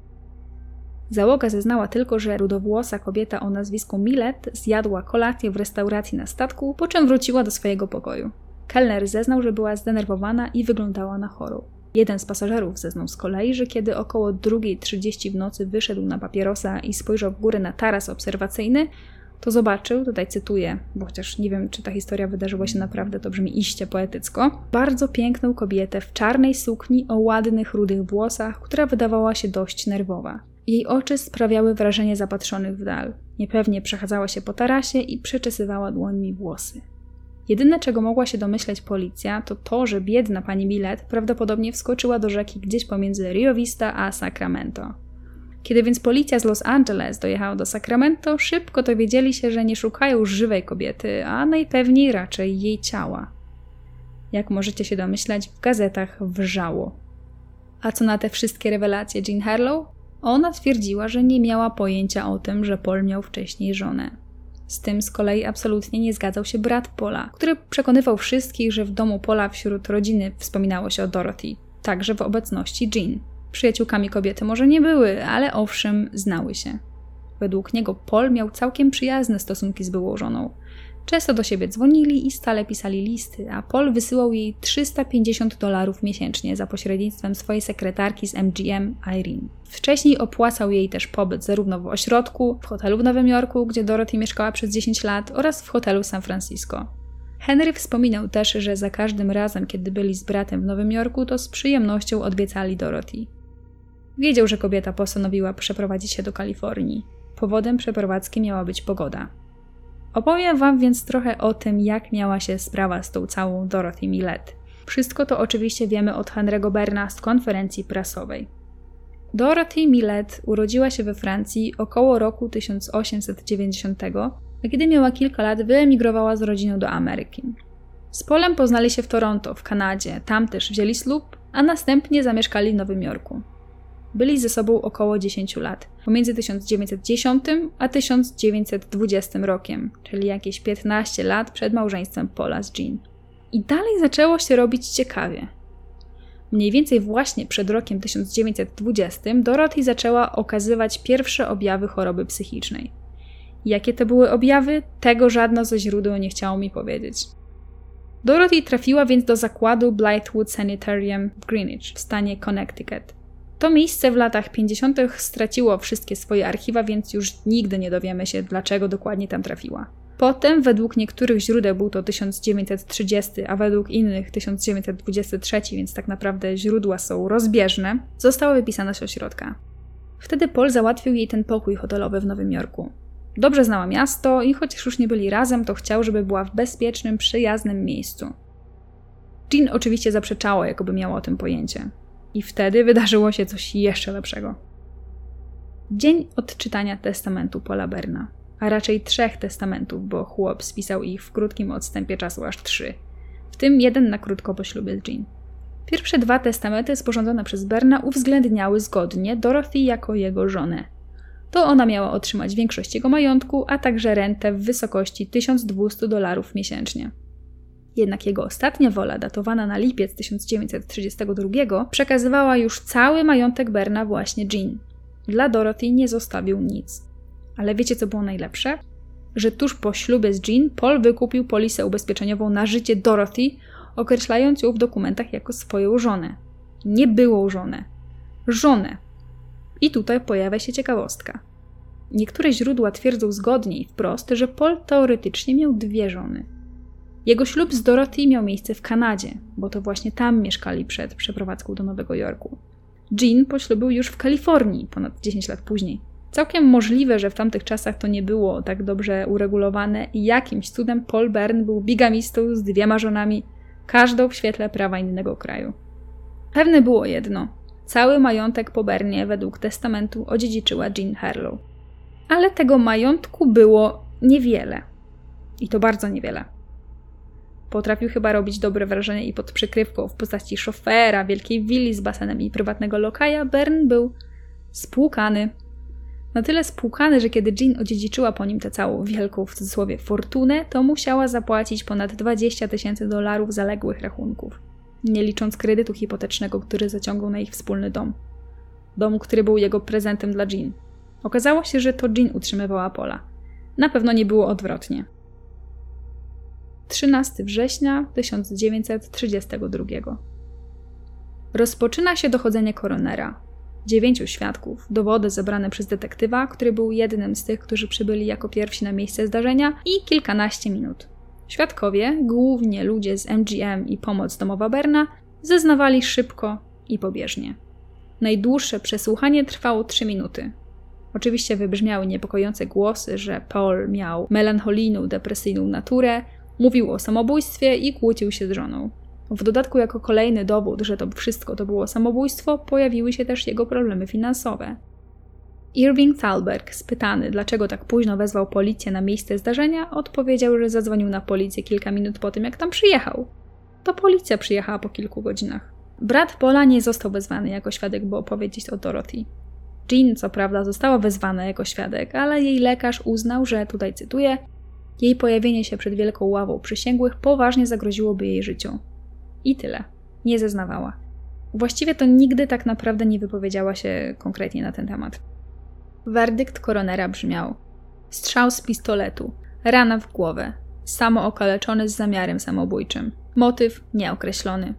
Załoga zeznała tylko, że rudowłosa kobieta o nazwisku Millett zjadła kolację w restauracji na statku, po czym wróciła do swojego pokoju. Kelner zeznał, że była zdenerwowana i wyglądała na chorą. Jeden z pasażerów zeznał z kolei, że kiedy około 2:30 w nocy wyszedł na papierosa i spojrzał w górę na taras obserwacyjny, to zobaczył, tutaj cytuję, bo chociaż nie wiem, czy ta historia wydarzyła się naprawdę, to brzmi iście poetycko, bardzo piękną kobietę w czarnej sukni o ładnych, rudych włosach, która wydawała się dość nerwowa. Jej oczy sprawiały wrażenie zapatrzonych w dal. Niepewnie przechadzała się po tarasie i przeczesywała dłońmi włosy. Jedyne, czego mogła się domyśleć policja, to to, że biedna pani Millett prawdopodobnie wskoczyła do rzeki gdzieś pomiędzy Rio Vista a Sacramento. Kiedy więc policja z Los Angeles dojechała do Sacramento, szybko dowiedzieli się, że nie szukają żywej kobiety, a najpewniej raczej jej ciała. Jak możecie się domyślać, w gazetach wrzało. A co na te wszystkie rewelacje Jean Harlow? Ona twierdziła, że nie miała pojęcia o tym, że Paul miał wcześniej żonę. Z tym z kolei absolutnie nie zgadzał się brat Paula, który przekonywał wszystkich, że w domu Paula wśród rodziny wspominało się o Dorothy, także w obecności Jean. Przyjaciółkami kobiety może nie były, ale owszem, znały się. Według niego Paul miał całkiem przyjazne stosunki z byłą żoną. Często do siebie dzwonili i stale pisali listy, a Paul wysyłał jej $350 miesięcznie za pośrednictwem swojej sekretarki z MGM, Irene. Wcześniej opłacał jej też pobyt zarówno w ośrodku, w hotelu w Nowym Jorku, gdzie Dorothy mieszkała przez 10 lat, oraz w hotelu w San Francisco. Henry wspominał też, że za każdym razem, kiedy byli z bratem w Nowym Jorku, to z przyjemnością odwiedzali Dorothy. Wiedział, że kobieta postanowiła przeprowadzić się do Kalifornii. Powodem przeprowadzki miała być pogoda. Opowiem wam więc trochę o tym, jak miała się sprawa z tą całą Dorothy Millett. Wszystko to oczywiście wiemy od Henry'ego Berna z konferencji prasowej. Dorothy Millett urodziła się we Francji około roku 1890, a kiedy miała kilka lat, wyemigrowała z rodziną do Ameryki. Z Paulem poznali się w Toronto, w Kanadzie, tam też wzięli ślub, a następnie zamieszkali w Nowym Jorku. Byli ze sobą około 10 lat, pomiędzy 1910 a 1920 rokiem, czyli jakieś 15 lat przed małżeństwem Paula z Jean. I dalej zaczęło się robić ciekawie. Mniej więcej właśnie przed rokiem 1920 Dorothy zaczęła okazywać pierwsze objawy choroby psychicznej. Jakie to były objawy? Tego żadno ze źródeł nie chciało mi powiedzieć. Dorothy trafiła więc do zakładu Blythewood Sanitarium w Greenwich w stanie Connecticut. To miejsce w latach 50. straciło wszystkie swoje archiwa, więc już nigdy nie dowiemy się, dlaczego dokładnie tam trafiła. Potem, według niektórych źródeł był to 1930, a według innych 1923, więc tak naprawdę źródła są rozbieżne, została wypisana z ośrodka. Wtedy Paul załatwił jej ten pokój hotelowy w Nowym Jorku. Dobrze znała miasto i chociaż już nie byli razem, to chciał, żeby była w bezpiecznym, przyjaznym miejscu. Jean oczywiście zaprzeczała, jakoby miała o tym pojęcie. I wtedy wydarzyło się coś jeszcze lepszego. Dzień odczytania testamentu Paula Berna, a raczej 3 testamentów, bo chłop spisał ich w krótkim odstępie czasu aż 3, w tym jeden na krótko po ślubie z Jean. Pierwsze 2 testamenty sporządzone przez Berna uwzględniały zgodnie Dorothy jako jego żonę. To ona miała otrzymać większość jego majątku, a także rentę w wysokości $1200 miesięcznie. Jednak jego ostatnia wola, datowana na lipiec 1932, przekazywała już cały majątek Berna właśnie Jean. Dla Dorothy nie zostawił nic. Ale wiecie, co było najlepsze? Że tuż po ślubie z Jean Paul wykupił polisę ubezpieczeniową na życie Dorothy, określając ją w dokumentach jako swoją żonę. Nie byłą żonę. Żonę. I tutaj pojawia się ciekawostka. Niektóre źródła twierdzą zgodnie i wprost, że Paul teoretycznie miał 2 żony. Jego ślub z Dorothy miał miejsce w Kanadzie, bo to właśnie tam mieszkali przed przeprowadzką do Nowego Jorku. Jean poślubił już w Kalifornii ponad 10 lat później. Całkiem możliwe, że w tamtych czasach to nie było tak dobrze uregulowane i jakimś cudem Paul Bern był bigamistą z 2 żonami, każdą w świetle prawa innego kraju. Pewne było jedno. Cały majątek po Bernie według testamentu odziedziczyła Jean Harlow. Ale tego majątku było niewiele. I to bardzo niewiele. Potrafił chyba robić dobre wrażenie i pod przykrywką w postaci szofera, wielkiej willi z basenem i prywatnego lokaja Bern był spłukany. Na tyle spłukany, że kiedy Jean odziedziczyła po nim tę całą wielką, w cudzysłowie, fortunę, to musiała zapłacić ponad $20,000 zaległych rachunków. Nie licząc kredytu hipotecznego, który zaciągnął na ich wspólny dom. Dom, który był jego prezentem dla Jean. Okazało się, że to Jean utrzymywała Paula. Na pewno nie było odwrotnie. 13 września 1932. Rozpoczyna się dochodzenie koronera. 9 świadków, dowody zebrane przez detektywa, który był jednym z tych, którzy przybyli jako pierwsi na miejsce zdarzenia, i kilkanaście minut. Świadkowie, głównie ludzie z MGM i pomoc domowa Berna, zeznawali szybko i pobieżnie. Najdłuższe przesłuchanie trwało 3 minuty. Oczywiście wybrzmiały niepokojące głosy, że Paul miał melancholijną, depresyjną naturę, mówił o samobójstwie i kłócił się z żoną. W dodatku jako kolejny dowód, że to wszystko to było samobójstwo, pojawiły się też jego problemy finansowe. Irving Thalberg, spytany, dlaczego tak późno wezwał policję na miejsce zdarzenia, odpowiedział, że zadzwonił na policję kilka minut po tym, jak tam przyjechał. To policja przyjechała po kilku godzinach. Brat Paula nie został wezwany jako świadek, by opowiedzieć o Dorothy. Jean, co prawda, została wezwana jako świadek, ale jej lekarz uznał, że, tutaj cytuję, jej pojawienie się przed wielką ławą przysięgłych poważnie zagroziłoby jej życiu. I tyle. Nie zeznawała. Właściwie to nigdy tak naprawdę nie wypowiedziała się konkretnie na ten temat. Werdykt koronera brzmiał: strzał z pistoletu, rana w głowę, samookaleczony z zamiarem samobójczym, motyw nieokreślony.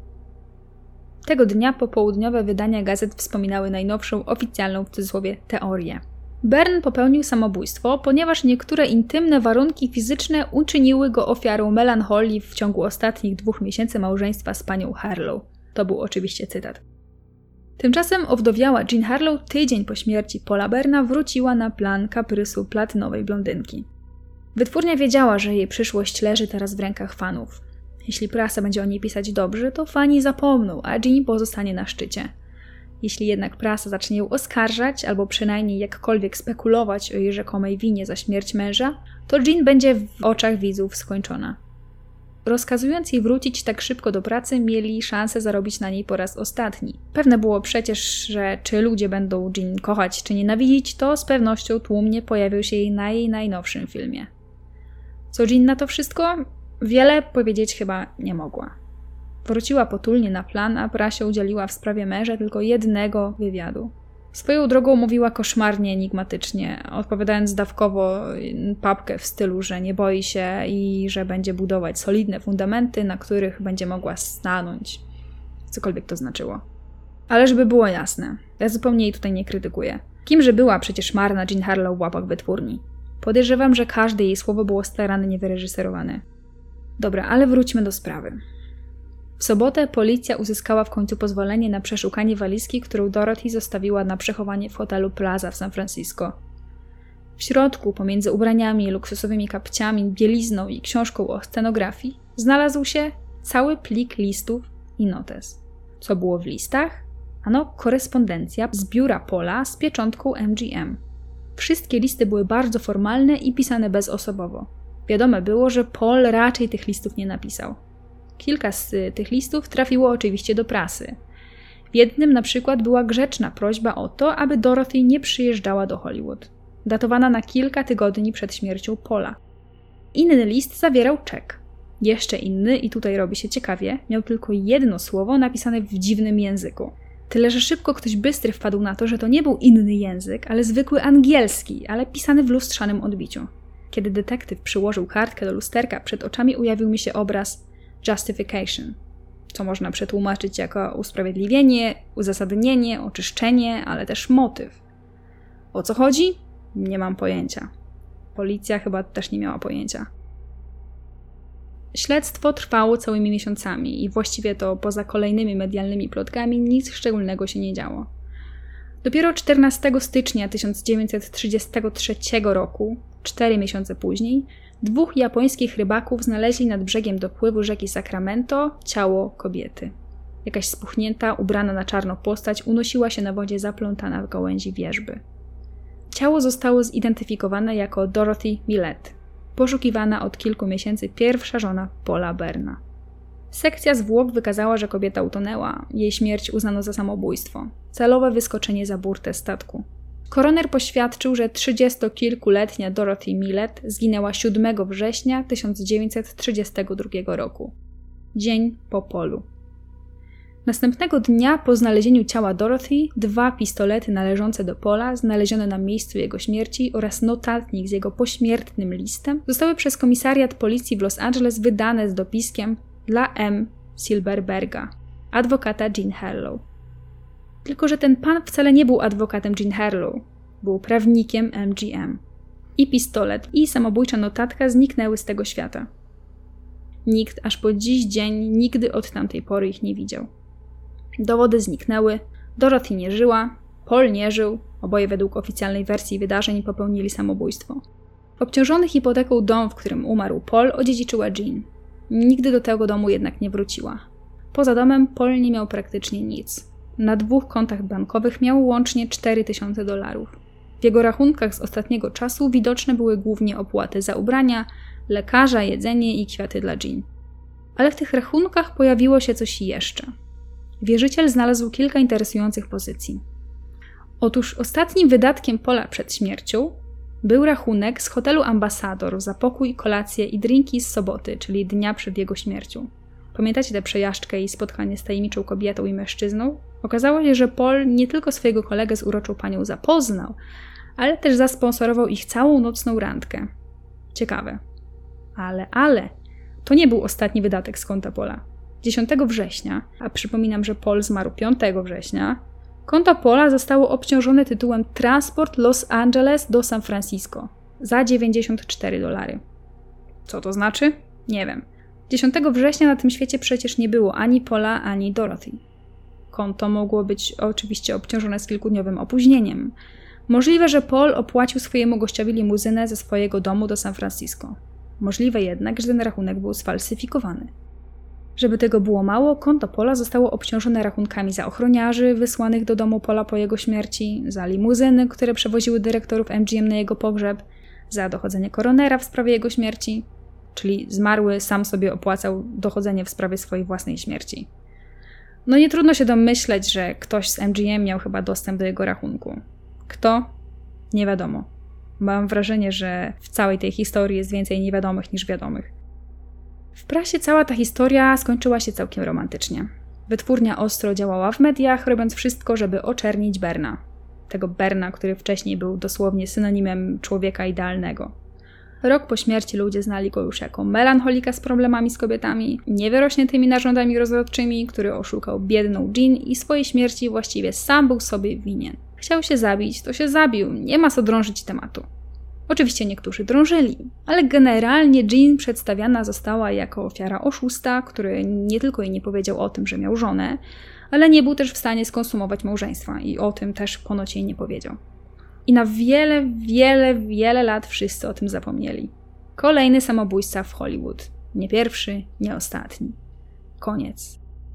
Tego dnia popołudniowe wydania gazet wspominały najnowszą, oficjalną w cudzysłowie teorię. Byrne popełnił samobójstwo, ponieważ niektóre intymne warunki fizyczne uczyniły go ofiarą melancholii w ciągu ostatnich 2 miesięcy małżeństwa z panią Harlow. To był oczywiście cytat. Tymczasem owdowiała Jean Harlow tydzień po śmierci Paula Byrna wróciła na plan kaprysu platynowej blondynki. Wytwórnia wiedziała, że jej przyszłość leży teraz w rękach fanów. Jeśli prasa będzie o niej pisać dobrze, to fani zapomną, a Jean pozostanie na szczycie. Jeśli jednak prasa zacznie ją oskarżać, albo przynajmniej jakkolwiek spekulować o jej rzekomej winie za śmierć męża, to Jean będzie w oczach widzów skończona. Rozkazując jej wrócić tak szybko do pracy, mieli szansę zarobić na niej po raz ostatni. Pewne było przecież, że czy ludzie będą Jean kochać czy nienawidzić, to z pewnością tłumnie pojawił się jej najnowszym filmie. Co Jean na to wszystko? Wiele powiedzieć chyba nie mogła. Wróciła potulnie na plan, a prasie udzieliła w sprawie męża tylko jednego wywiadu. Swoją drogą mówiła koszmarnie enigmatycznie, odpowiadając dawkowo papkę w stylu, że nie boi się i że będzie budować solidne fundamenty, na których będzie mogła stanąć. Cokolwiek to znaczyło. Ale żeby było jasne, ja zupełnie jej tutaj nie krytykuję. Kimże była przecież marna Jean Harlow w łapach wytwórni? Podejrzewam, że każde jej słowo było starannie wyreżyserowane. Dobra, ale wróćmy do sprawy. W sobotę policja uzyskała w końcu pozwolenie na przeszukanie walizki, którą Dorothy zostawiła na przechowanie w hotelu Plaza w San Francisco. W środku, pomiędzy ubraniami, luksusowymi kapciami, bielizną i książką o scenografii, znalazł się cały plik listów i notes. Co było w listach? Ano korespondencja z biura Paula z pieczątką MGM. Wszystkie listy były bardzo formalne i pisane bezosobowo. Wiadome było, że Paul raczej tych listów nie napisał. Kilka z tych listów trafiło oczywiście do prasy. W jednym na przykład była grzeczna prośba o to, aby Dorothy nie przyjeżdżała do Hollywood, datowana na kilka tygodni przed śmiercią Paula. Inny list zawierał czek. Jeszcze inny, i tutaj robi się ciekawie, miał tylko jedno słowo napisane w dziwnym języku. Tyle, że szybko ktoś bystry wpadł na to, że to nie był inny język, ale zwykły angielski, ale pisany w lustrzanym odbiciu. Kiedy detektyw przyłożył kartkę do lusterka, przed oczami ujawił mi się obraz justification, co można przetłumaczyć jako usprawiedliwienie, uzasadnienie, oczyszczenie, ale też motyw. O co chodzi? Nie mam pojęcia. Policja chyba też nie miała pojęcia. Śledztwo trwało całymi miesiącami i właściwie to poza kolejnymi medialnymi plotkami nic szczególnego się nie działo. Dopiero 14 stycznia 1933 roku, 4 miesiące później, 2 japońskich rybaków znaleźli nad brzegiem dopływu rzeki Sacramento ciało kobiety. Jakaś spuchnięta, ubrana na czarno postać unosiła się na wodzie zaplątana w gałęzi wierzby. Ciało zostało zidentyfikowane jako Dorothy Millett, poszukiwana od kilku miesięcy pierwsza żona Paula Byrna. Sekcja zwłok wykazała, że kobieta utonęła. Jej śmierć uznano za samobójstwo. Celowe wyskoczenie za burtę statku. Koroner poświadczył, że 30-kilkuletnia Dorothy Millett zginęła 7 września 1932 roku. Dzień po Paulu. Następnego dnia po znalezieniu ciała Dorothy 2 pistolety należące do Paula, znalezione na miejscu jego śmierci oraz notatnik z jego pośmiertnym listem zostały przez komisariat policji w Los Angeles wydane z dopiskiem dla M. Silberberga, adwokata Jean Harlow. Tylko że ten pan wcale nie był adwokatem Jean Harlow, był prawnikiem MGM. I pistolet, i samobójcza notatka zniknęły z tego świata. Nikt aż po dziś dzień nigdy od tamtej pory ich nie widział. Dowody zniknęły, Dorothy nie żyła, Paul nie żył, oboje według oficjalnej wersji wydarzeń popełnili samobójstwo. Obciążony hipoteką dom, w którym umarł Paul, odziedziczyła Jean. Nigdy do tego domu jednak nie wróciła. Poza domem Paul nie miał praktycznie nic. Na 2 kontach bankowych miał łącznie $4000. W jego rachunkach z ostatniego czasu widoczne były głównie opłaty za ubrania, lekarza, jedzenie i kwiaty dla Jean. Ale w tych rachunkach pojawiło się coś jeszcze. Wierzyciel znalazł kilka interesujących pozycji. Otóż ostatnim wydatkiem Paula przed śmiercią był rachunek z hotelu Ambassador za pokój, kolację i drinki z soboty, czyli dnia przed jego śmiercią. Pamiętacie tę przejażdżkę i spotkanie z tajemniczą kobietą i mężczyzną? Okazało się, że Paul nie tylko swojego kolegę z uroczą panią zapoznał, ale też zasponsorował ich całą nocną randkę. Ciekawe. Ale to nie był ostatni wydatek z konta Paula. 10 września, a przypominam, że Paul zmarł 5 września, konto Paula zostało obciążone tytułem Transport Los Angeles do San Francisco za $94. Co to znaczy? Nie wiem. 10 września na tym świecie przecież nie było ani Paula, ani Dorothy. Konto mogło być oczywiście obciążone z kilkudniowym opóźnieniem. Możliwe, że Paul opłacił swojemu gościowi limuzynę ze swojego domu do San Francisco. Możliwe jednak, że ten rachunek był sfalsyfikowany. Żeby tego było mało, konto Paula zostało obciążone rachunkami za ochroniarzy wysłanych do domu Paula po jego śmierci, za limuzyny, które przewoziły dyrektorów MGM na jego pogrzeb, za dochodzenie koronera w sprawie jego śmierci, czyli zmarły sam sobie opłacał dochodzenie w sprawie swojej własnej śmierci. No nie trudno się domyśleć, że ktoś z MGM miał chyba dostęp do jego rachunku. Kto? Nie wiadomo. Mam wrażenie, że w całej tej historii jest więcej niewiadomych niż wiadomych. W prasie cała ta historia skończyła się całkiem romantycznie. Wytwórnia ostro działała w mediach, robiąc wszystko, żeby oczernić Berna. Tego Berna, który wcześniej był dosłownie synonimem człowieka idealnego. Rok po śmierci ludzie znali go już jako melancholika z problemami z kobietami, niewyrośniętymi narządami rozrodczymi, który oszukał biedną Jean i swojej śmierci właściwie sam był sobie winien. Chciał się zabić, to się zabił, nie ma co drążyć tematu. Oczywiście niektórzy drążyli, ale generalnie Jean przedstawiana została jako ofiara oszusta, który nie tylko jej nie powiedział o tym, że miał żonę, ale nie był też w stanie skonsumować małżeństwa i o tym też ponoć jej nie powiedział. I na wiele lat wszyscy o tym zapomnieli. Kolejny samobójca w Hollywood. Nie pierwszy, nie ostatni. Koniec.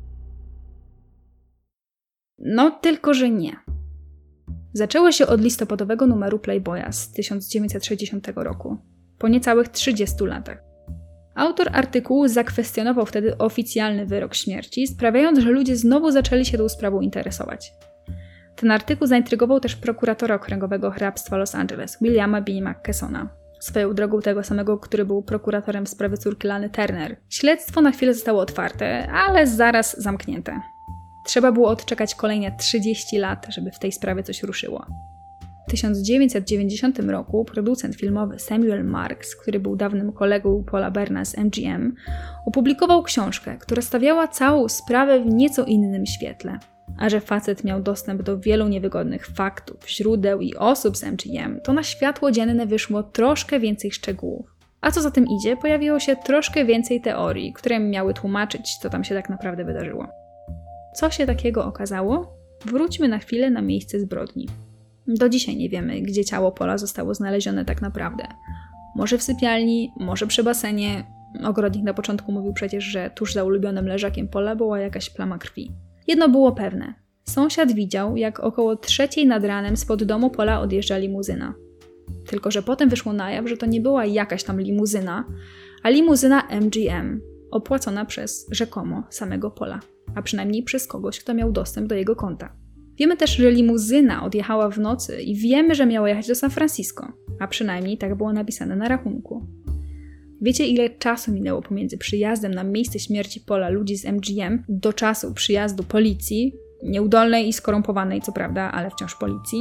No tylko, że nie. Zaczęło się od listopadowego numeru Playboya z 1960 roku, po niecałych 30 latach. Autor artykułu zakwestionował wtedy oficjalny wyrok śmierci, sprawiając, że ludzie znowu zaczęli się tą sprawą interesować. Ten artykuł zaintrygował też prokuratora okręgowego hrabstwa Los Angeles, Williama B. McKessona. Swoją drogą tego samego, który był prokuratorem w sprawie córki Lany Turner. Śledztwo na chwilę zostało otwarte, ale zaraz zamknięte. Trzeba było odczekać kolejne 30 lat, żeby w tej sprawie coś ruszyło. W 1990 roku producent filmowy Samuel Marks, który był dawnym kolegą Paula Berna z MGM, opublikował książkę, która stawiała całą sprawę w nieco innym świetle. A że facet miał dostęp do wielu niewygodnych faktów, źródeł i osób z MGM, to na światło dzienne wyszło troszkę więcej szczegółów. A co za tym idzie, pojawiło się troszkę więcej teorii, które miały tłumaczyć, co tam się tak naprawdę wydarzyło. Co się takiego okazało? Wróćmy na chwilę na miejsce zbrodni. Do dzisiaj nie wiemy, gdzie ciało Paula zostało znalezione tak naprawdę. Może w sypialni, może przy basenie. Ogrodnik na początku mówił przecież, że tuż za ulubionym leżakiem Paula była jakaś plama krwi. Jedno było pewne. Sąsiad widział, jak około 3:00 nad ranem spod domu Paula odjeżdża limuzyna. Tylko że potem wyszło na jaw, że to nie była jakaś tam limuzyna, a limuzyna MGM, opłacona przez rzekomo samego Paula, a przynajmniej przez kogoś, kto miał dostęp do jego konta. Wiemy też, że limuzyna odjechała w nocy i wiemy, że miała jechać do San Francisco, a przynajmniej tak było napisane na rachunku. Wiecie, ile czasu minęło pomiędzy przyjazdem na miejsce śmierci Paula ludzi z MGM do czasu przyjazdu policji, nieudolnej i skorumpowanej, co prawda, ale wciąż policji?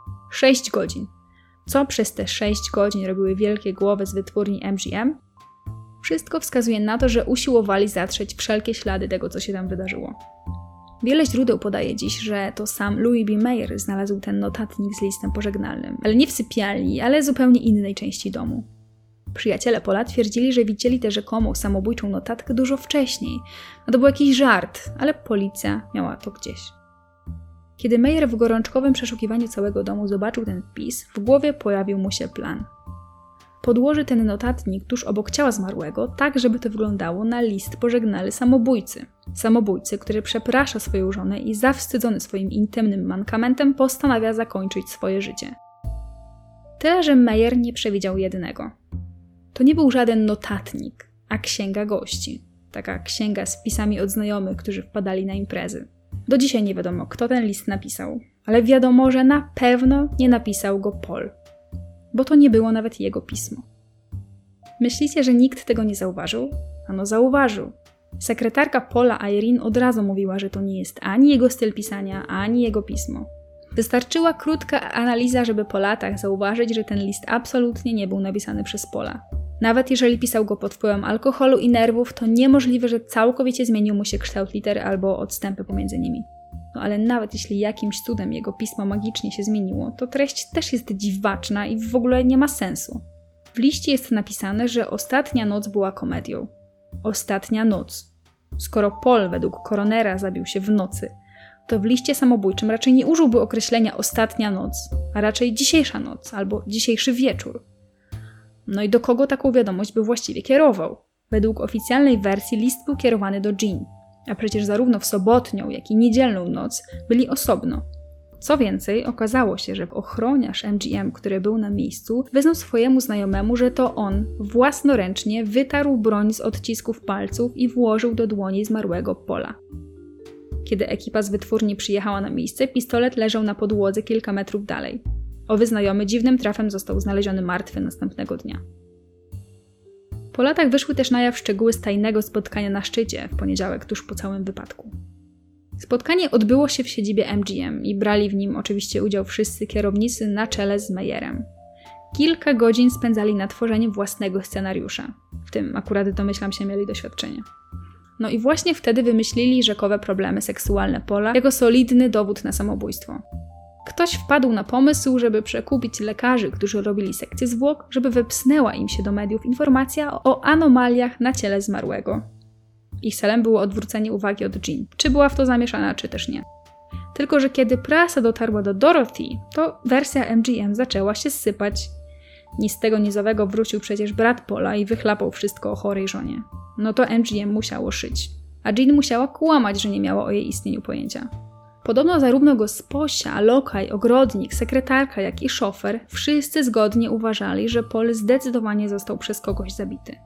6 godzin. Co przez te 6 godzin robiły wielkie głowy z wytwórni MGM? Wszystko wskazuje na to, że usiłowali zatrzeć wszelkie ślady tego, co się tam wydarzyło. Wiele źródeł podaje dziś, że to sam Louis B. Mayer znalazł ten notatnik z listem pożegnalnym, ale nie w sypialni, ale zupełnie innej części domu. Przyjaciele Paula twierdzili, że widzieli tę rzekomą samobójczą notatkę dużo wcześniej. No to był jakiś żart, ale policja miała to gdzieś. Kiedy Meyer w gorączkowym przeszukiwaniu całego domu zobaczył ten wpis, w głowie pojawił mu się plan. Podłoży ten notatnik tuż obok ciała zmarłego, tak żeby to wyglądało na list pożegnalny samobójcy. Samobójcy, który przeprasza swoją żonę i zawstydzony swoim intymnym mankamentem postanawia zakończyć swoje życie. Tyle, że Meyer nie przewidział jednego. To nie był żaden notatnik, a księga gości. Taka księga z wpisami od znajomych, którzy wpadali na imprezy. Do dzisiaj nie wiadomo, kto ten list napisał, ale wiadomo, że na pewno nie napisał go Paul, bo to nie było nawet jego pismo. Myślicie, że nikt tego nie zauważył? Ano zauważył. Sekretarka Paula Irene od razu mówiła, że to nie jest ani jego styl pisania, ani jego pismo. Wystarczyła krótka analiza, żeby po latach zauważyć, że ten list absolutnie nie był napisany przez Paula. Nawet jeżeli pisał go pod wpływem alkoholu i nerwów, to niemożliwe, że całkowicie zmienił mu się kształt liter albo odstępy pomiędzy nimi. No ale nawet jeśli jakimś cudem jego pismo magicznie się zmieniło, to treść też jest dziwaczna i w ogóle nie ma sensu. W liście jest napisane, że ostatnia noc była komedią. Ostatnia noc. Skoro Paul według koronera zabił się w nocy, to w liście samobójczym raczej nie użyłby określenia ostatnia noc, a raczej dzisiejsza noc albo dzisiejszy wieczór. No i do kogo taką wiadomość by właściwie kierował? Według oficjalnej wersji list był kierowany do Jean, a przecież zarówno w sobotnią, jak i niedzielną noc byli osobno. Co więcej, okazało się, że ochroniarz MGM, który był na miejscu, wyznał swojemu znajomemu, że to on własnoręcznie wytarł broń z odcisków palców i włożył do dłoni zmarłego Paula. Kiedy ekipa z wytwórni przyjechała na miejsce, pistolet leżał na podłodze kilka metrów dalej. Owy znajomy dziwnym trafem został znaleziony martwy następnego dnia. Po latach wyszły też na jaw szczegóły z tajnego spotkania na szczycie w poniedziałek tuż po całym wypadku. Spotkanie odbyło się w siedzibie MGM i brali w nim oczywiście udział wszyscy kierownicy na czele z Meyerem. Kilka godzin spędzali na tworzeniu własnego scenariusza. W tym akurat domyślam się mieli doświadczenie. No i właśnie wtedy wymyślili rzekowe problemy seksualne Paula jako solidny dowód na samobójstwo. Ktoś wpadł na pomysł, żeby przekupić lekarzy, którzy robili sekcję zwłok, żeby wepsnęła im się do mediów informacja o anomaliach na ciele zmarłego. Ich celem było odwrócenie uwagi od Jean. Czy była w to zamieszana, czy też nie. Tylko że kiedy prasa dotarła do Dorothy, to wersja MGM zaczęła się sypać. Ni z tego nizowego wrócił przecież brat Paula i wychlapał wszystko o chorej żonie. No to MGM musiało szyć. A Jean musiała kłamać, że nie miała o jej istnieniu pojęcia. Podobno zarówno gosposia, lokaj, ogrodnik, sekretarka, jak i szofer wszyscy zgodnie uważali, że Paul zdecydowanie został przez kogoś zabity.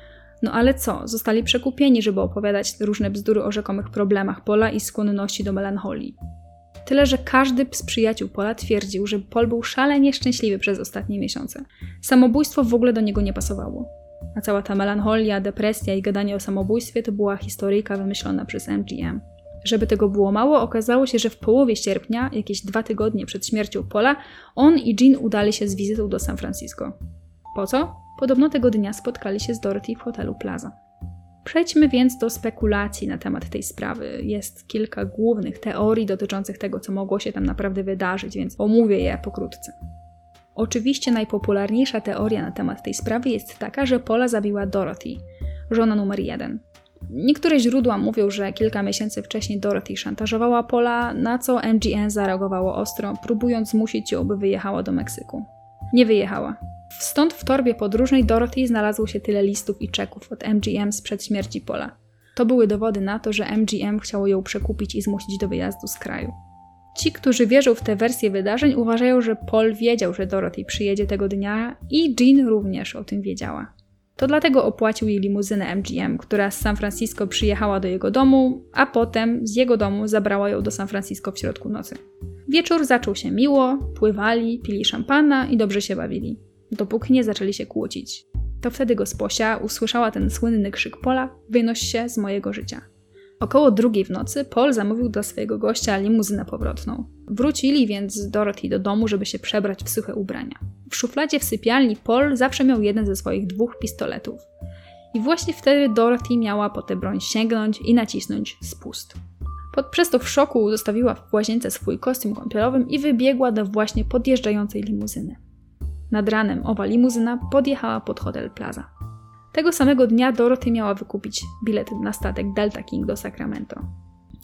No ale co? Zostali przekupieni, żeby opowiadać różne bzdury o rzekomych problemach Paula i skłonności do melancholii. Tyle, że każdy z przyjaciół Paula twierdził, że Paul był szalenie szczęśliwy przez ostatnie miesiące. Samobójstwo w ogóle do niego nie pasowało. A cała ta melancholia, depresja i gadanie o samobójstwie to była historyjka wymyślona przez MGM. Żeby tego było mało, okazało się, że w połowie sierpnia, jakieś 2 tygodnie przed śmiercią Paula, on i Jean udali się z wizytą do San Francisco. Po co? Podobno tego dnia spotkali się z Dorothy w hotelu Plaza. Przejdźmy więc do spekulacji na temat tej sprawy. Jest kilka głównych teorii dotyczących tego, co mogło się tam naprawdę wydarzyć, więc omówię je pokrótce. Oczywiście najpopularniejsza teoria na temat tej sprawy jest taka, że Paula zabiła Dorothy, żona numer 1. Niektóre źródła mówią, że kilka miesięcy wcześniej Dorothy szantażowała Paula, na co MGM zareagowało ostro, próbując zmusić ją, by wyjechała do Meksyku. Nie wyjechała. Stąd w torbie podróżnej Dorothy znalazło się tyle listów i czeków od MGM sprzed śmierci Paula. To były dowody na to, że MGM chciało ją przekupić i zmusić do wyjazdu z kraju. Ci, którzy wierzą w tę wersję wydarzeń, uważają, że Paul wiedział, że Dorothy przyjedzie tego dnia i Jean również o tym wiedziała. To dlatego opłacił jej limuzynę MGM, która z San Francisco przyjechała do jego domu, a potem z jego domu zabrała ją do San Francisco w środku nocy. Wieczór zaczął się miło, pływali, pili szampana i dobrze się bawili. Dopóki nie zaczęli się kłócić. To wtedy gosposia usłyszała ten słynny krzyk Paula: wynoś się z mojego życia. Około 2 w nocy Paul zamówił dla swojego gościa limuzynę powrotną. Wrócili więc z Dorothy do domu, żeby się przebrać w suche ubrania. W szufladzie w sypialni Paul zawsze miał jeden ze swoich 2 pistoletów. I właśnie wtedy Dorothy miała po tę broń sięgnąć i nacisnąć spust. Przez to w szoku zostawiła w łazience swój kostium kąpielowy i wybiegła do właśnie podjeżdżającej limuzyny. Nad ranem owa limuzyna podjechała pod hotel Plaza. Tego samego dnia Dorothy miała wykupić bilet na statek Delta King do Sacramento.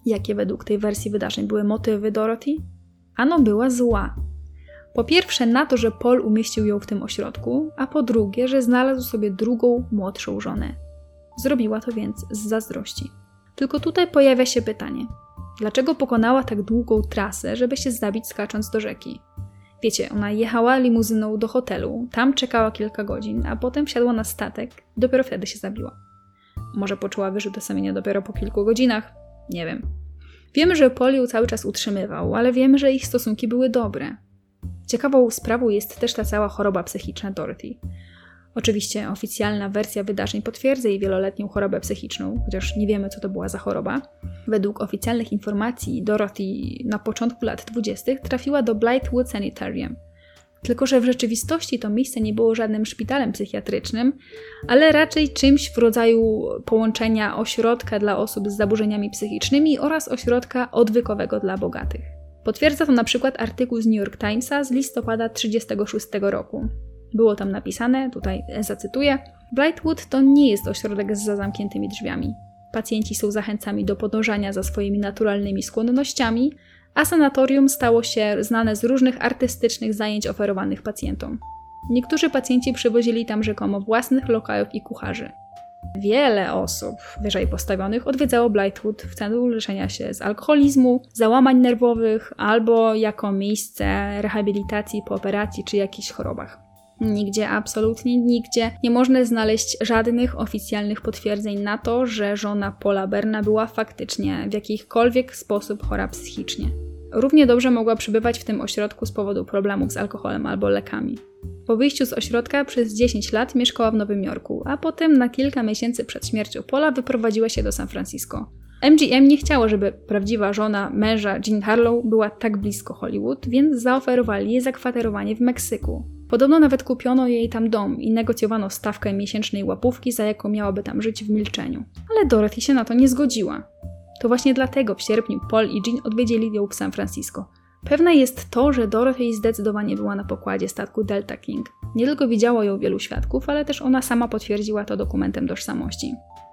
Jakie według tej wersji wydarzeń były motywy Dorothy? Ano była zła. Po pierwsze na to, że Paul umieścił ją w tym ośrodku, a po drugie, że znalazł sobie drugą, młodszą żonę. Zrobiła to więc z zazdrości. Tylko tutaj pojawia się pytanie. Dlaczego pokonała tak długą trasę, żeby się zabić skacząc do rzeki? Wiecie, ona jechała limuzyną do hotelu, tam czekała kilka godzin, a potem wsiadła na statek i dopiero wtedy się zabiła. Może poczuła wyrzuty sumienia dopiero po kilku godzinach? Nie wiem. Wiemy, że Paul ją cały czas utrzymywał, ale wiemy, że ich stosunki były dobre. Ciekawą sprawą jest też ta cała choroba psychiczna Dorothy. Oczywiście oficjalna wersja wydarzeń potwierdza jej wieloletnią chorobę psychiczną, chociaż nie wiemy, co to była za choroba. Według oficjalnych informacji Dorothy na początku lat 20. trafiła do Blythewood Sanitarium. Tylko że w rzeczywistości to miejsce nie było żadnym szpitalem psychiatrycznym, ale raczej czymś w rodzaju połączenia ośrodka dla osób z zaburzeniami psychicznymi oraz ośrodka odwykowego dla bogatych. Potwierdza to na przykład artykuł z New York Timesa z listopada 1936 roku. Było tam napisane, tutaj zacytuję: Blythewood to nie jest ośrodek za zamkniętymi drzwiami. Pacjenci są zachęcani do podążania za swoimi naturalnymi skłonnościami, a sanatorium stało się znane z różnych artystycznych zajęć oferowanych pacjentom. Niektórzy pacjenci przywozili tam rzekomo własnych lokajów i kucharzy. Wiele osób wyżej postawionych odwiedzało Blythewood w celu leczenia się z alkoholizmu, załamań nerwowych albo jako miejsce rehabilitacji po operacji czy jakichś chorobach. Nigdzie, absolutnie nigdzie nie można znaleźć żadnych oficjalnych potwierdzeń na to, że żona Paula Berna była faktycznie w jakikolwiek sposób chora psychicznie. Równie dobrze mogła przebywać w tym ośrodku z powodu problemów z alkoholem albo lekami. Po wyjściu z ośrodka przez 10 lat mieszkała w Nowym Jorku, a potem na kilka miesięcy przed śmiercią Paula wyprowadziła się do San Francisco. MGM nie chciało, żeby prawdziwa żona męża Jean Harlow była tak blisko Hollywood, więc zaoferowali jej zakwaterowanie w Meksyku. Podobno nawet kupiono jej tam dom i negocjowano stawkę miesięcznej łapówki, za jaką miałaby tam żyć w milczeniu. Ale Dorothy się na to nie zgodziła. To właśnie dlatego w sierpniu Paul i Jean odwiedzili ją w San Francisco. Pewne jest to, że Dorothy zdecydowanie była na pokładzie statku Delta King. Nie tylko widziało ją wielu świadków, ale też ona sama potwierdziła to dokumentem tożsamości.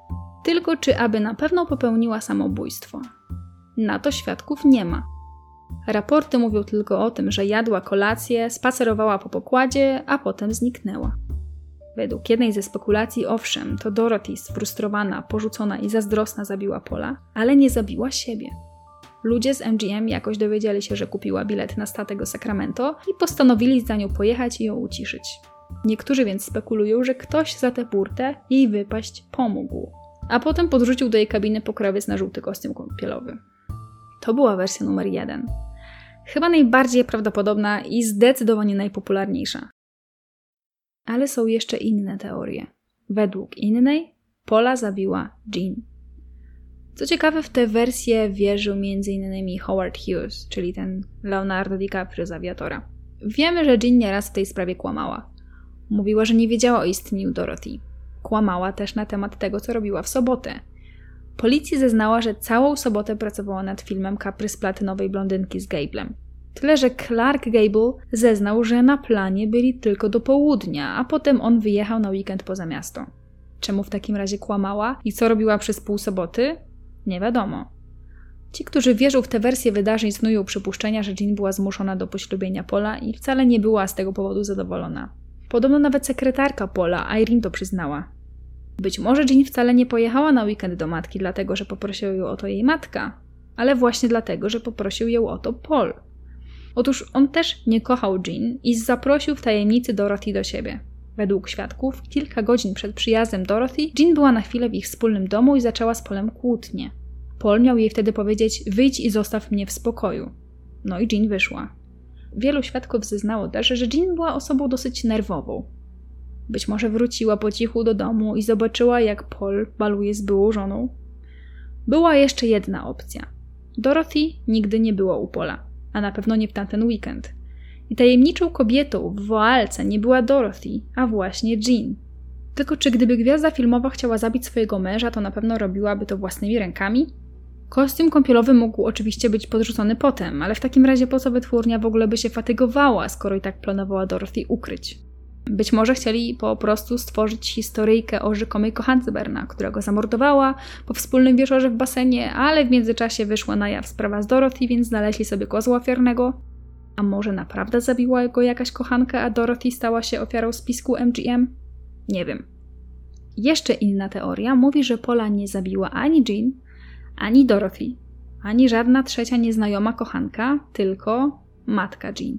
Tylko czy aby na pewno popełniła samobójstwo? Na to świadków nie ma. Raporty mówią tylko o tym, że jadła kolację, spacerowała po pokładzie, a potem zniknęła. Według jednej ze spekulacji, owszem, to Dorothy sfrustrowana, porzucona i zazdrosna zabiła Paula, ale nie zabiła siebie. Ludzie z MGM jakoś dowiedzieli się, że kupiła bilet na statek do Sacramento i postanowili za nią pojechać i ją uciszyć. Niektórzy więc spekulują, że ktoś za tę burtę jej wypaść pomógł, a potem podrzucił do jej kabiny pokrowiec na żółty kostium kąpielowy. To była wersja numer 1. Chyba najbardziej prawdopodobna i zdecydowanie najpopularniejsza. Ale są jeszcze inne teorie. Według innej Paula zabiła Jean. Co ciekawe, w tę wersję wierzył m.in. Howard Hughes, czyli ten Leonardo DiCaprio z Aviatora. Wiemy, że Jean nieraz w tej sprawie kłamała. Mówiła, że nie wiedziała o istnieniu Dorothy. Kłamała też na temat tego, co robiła w sobotę. Policji zeznała, że całą sobotę pracowała nad filmem Kaprys platynowej blondynki z Gablem. Tyle, że Clark Gable zeznał, że na planie byli tylko do południa, a potem on wyjechał na weekend poza miasto. Czemu w takim razie kłamała i co robiła przez pół soboty? Nie wiadomo. Ci, którzy wierzą w tę wersję wydarzeń, snują przypuszczenia, że Jean była zmuszona do poślubienia Paula i wcale nie była z tego powodu zadowolona. Podobno nawet sekretarka Paula, Irene, to przyznała. Być może Jean wcale nie pojechała na weekend do matki dlatego, że poprosiła ją o to jej matka, ale właśnie dlatego, że poprosił ją o to Paul. Otóż on też nie kochał Jean i zaprosił w tajemnicy Dorothy do siebie. Według świadków, kilka godzin przed przyjazdem Dorothy, Jean była na chwilę w ich wspólnym domu i zaczęła z Paulem kłótnię. Paul miał jej wtedy powiedzieć: wyjdź i zostaw mnie w spokoju. No i Jean wyszła. Wielu świadków zeznało też, że Jean była osobą dosyć nerwową. Być może wróciła po cichu do domu i zobaczyła, jak Paul baluje z byłą żoną. Była jeszcze jedna opcja. Dorothy nigdy nie była u Paula, a na pewno nie w tamten weekend. I tajemniczą kobietą w woalce nie była Dorothy, a właśnie Jean. Tylko czy gdyby gwiazda filmowa chciała zabić swojego męża, to na pewno robiłaby to własnymi rękami? Kostium kąpielowy mógł oczywiście być podrzucony potem, ale w takim razie po co wytwórnia w ogóle by się fatygowała, skoro i tak planowała Dorothy ukryć? Być może chcieli po prostu stworzyć historyjkę o rzekomej kochance Berna, która go zamordowała po wspólnym wieczorze w basenie, ale w międzyczasie wyszła na jaw sprawa z Dorothy, więc znaleźli sobie kozła ofiarnego. A może naprawdę zabiła go jakaś kochanka, a Dorothy stała się ofiarą spisku MGM? Nie wiem. Jeszcze inna teoria mówi, że Paula nie zabiła ani Jean, ani Dorothy, ani żadna trzecia nieznajoma kochanka, tylko matka Jean.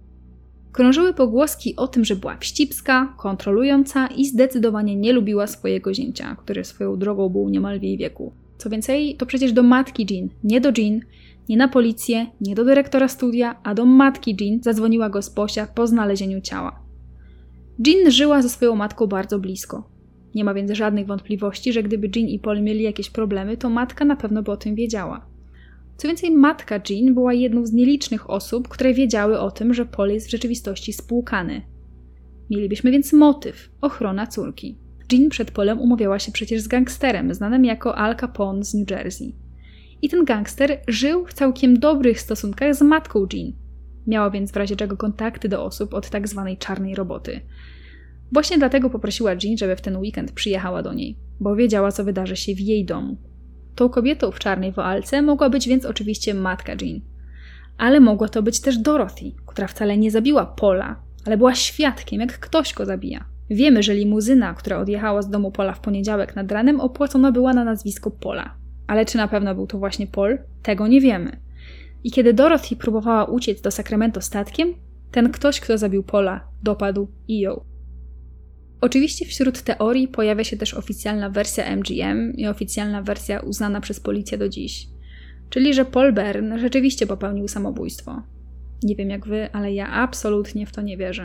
Krążyły pogłoski o tym, że była wścibska, kontrolująca i zdecydowanie nie lubiła swojego zięcia, który swoją drogą był niemal w jej wieku. Co więcej, to przecież do matki Jean, nie do Jean, nie na policję, nie do dyrektora studia, a do matki Jean zadzwoniła gosposia po znalezieniu ciała. Jean żyła ze swoją matką bardzo blisko. Nie ma więc żadnych wątpliwości, że gdyby Jean i Paul mieli jakieś problemy, to matka na pewno by o tym wiedziała. Co więcej, matka Jean była jedną z nielicznych osób, które wiedziały o tym, że Paul jest w rzeczywistości spłukany. Mielibyśmy więc motyw – ochrona córki. Jean przed Paulem umawiała się przecież z gangsterem, znanym jako Al Capone z New Jersey. I ten gangster żył w całkiem dobrych stosunkach z matką Jean. Miała więc w razie czego kontakty do osób od tak zwanej czarnej roboty. Właśnie dlatego poprosiła Jean, żeby w ten weekend przyjechała do niej, bo wiedziała, co wydarzy się w jej domu. Tą kobietą w czarnej woalce mogła być więc oczywiście matka Jean. Ale mogła to być też Dorothy, która wcale nie zabiła Paula, ale była świadkiem, jak ktoś go zabija. Wiemy, że limuzyna, która odjechała z domu Paula w poniedziałek nad ranem, opłacona była na nazwisko Paula. Ale czy na pewno był to właśnie Paul? Tego nie wiemy. I kiedy Dorothy próbowała uciec do Sacramento statkiem, ten ktoś, kto zabił Paula, dopadł i ją. Oczywiście wśród teorii pojawia się też oficjalna wersja MGM i oficjalna wersja uznana przez policję do dziś. Czyli, że Paul Bern rzeczywiście popełnił samobójstwo. Nie wiem jak wy, ale ja absolutnie w to nie wierzę.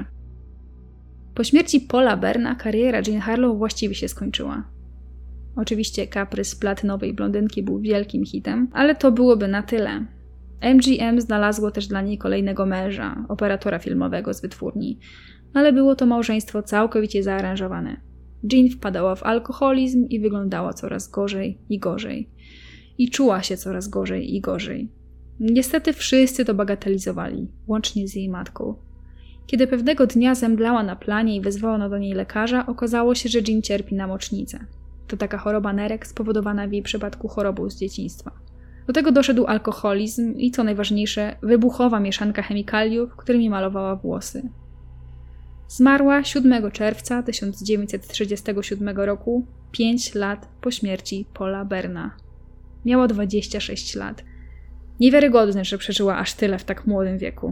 Po śmierci Paula Berna kariera Jean Harlow właściwie się skończyła. Oczywiście kaprys platynowej blondynki był wielkim hitem, ale to byłoby na tyle. MGM znalazło też dla niej kolejnego męża, operatora filmowego z wytwórni, ale było to małżeństwo całkowicie zaaranżowane. Jean wpadała w alkoholizm i wyglądała coraz gorzej i gorzej. I czuła się coraz gorzej i gorzej. Niestety wszyscy to bagatelizowali, łącznie z jej matką. Kiedy pewnego dnia zemdlała na planie i wezwano do niej lekarza, okazało się, że Jean cierpi na mocznicę. To taka choroba nerek spowodowana w jej przypadku chorobą z dzieciństwa. Do tego doszedł alkoholizm i, co najważniejsze, wybuchowa mieszanka chemikaliów, którymi malowała włosy. Zmarła 7 czerwca 1937 roku, 5 lat po śmierci Paula Berna. Miała 26 lat. Niewiarygodne, że przeżyła aż tyle w tak młodym wieku.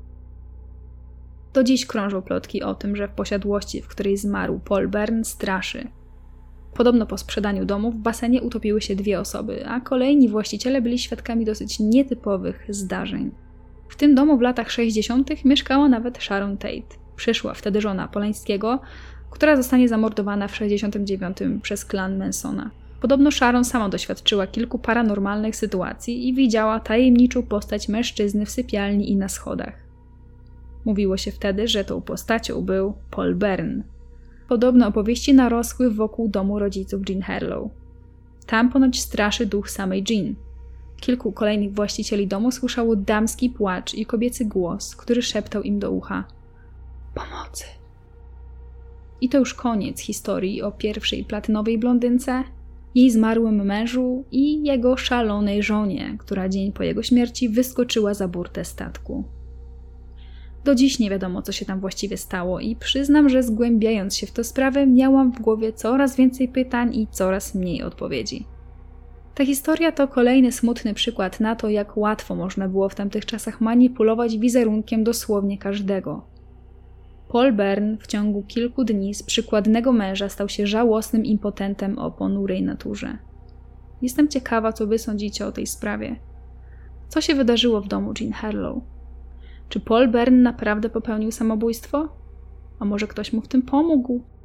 Do dziś krążą plotki o tym, że w posiadłości, w której zmarł Paul Bern, straszy. Podobno po sprzedaniu domu w basenie utopiły się 2 osoby, a kolejni właściciele byli świadkami dosyć nietypowych zdarzeń. W tym domu w latach 60. mieszkała nawet Sharon Tate, przyszła wtedy żona Polańskiego, która zostanie zamordowana w 69 przez klan Mansona. Podobno Sharon sama doświadczyła kilku paranormalnych sytuacji i widziała tajemniczą postać mężczyzny w sypialni i na schodach. Mówiło się wtedy, że tą postacią był Paul Bern. Podobno opowieści narosły wokół domu rodziców Jean Harlow. Tam ponoć straszy duch samej Jean. Kilku kolejnych właścicieli domu słyszało damski płacz i kobiecy głos, który szeptał im do ucha: pomocy. I to już koniec historii o pierwszej platynowej blondynce, jej zmarłym mężu i jego szalonej żonie, która dzień po jego śmierci wyskoczyła za burtę statku. Do dziś nie wiadomo, co się tam właściwie stało i przyznam, że zgłębiając się w tę sprawę, miałam w głowie coraz więcej pytań i coraz mniej odpowiedzi. Ta historia to kolejny smutny przykład na to, jak łatwo można było w tamtych czasach manipulować wizerunkiem dosłownie każdego. Paul Bern w ciągu kilku dni z przykładnego męża stał się żałosnym impotentem o ponurej naturze. Jestem ciekawa, co wy sądzicie o tej sprawie. Co się wydarzyło w domu Jean Harlow? Czy Paul Bern naprawdę popełnił samobójstwo? A może ktoś mu w tym pomógł?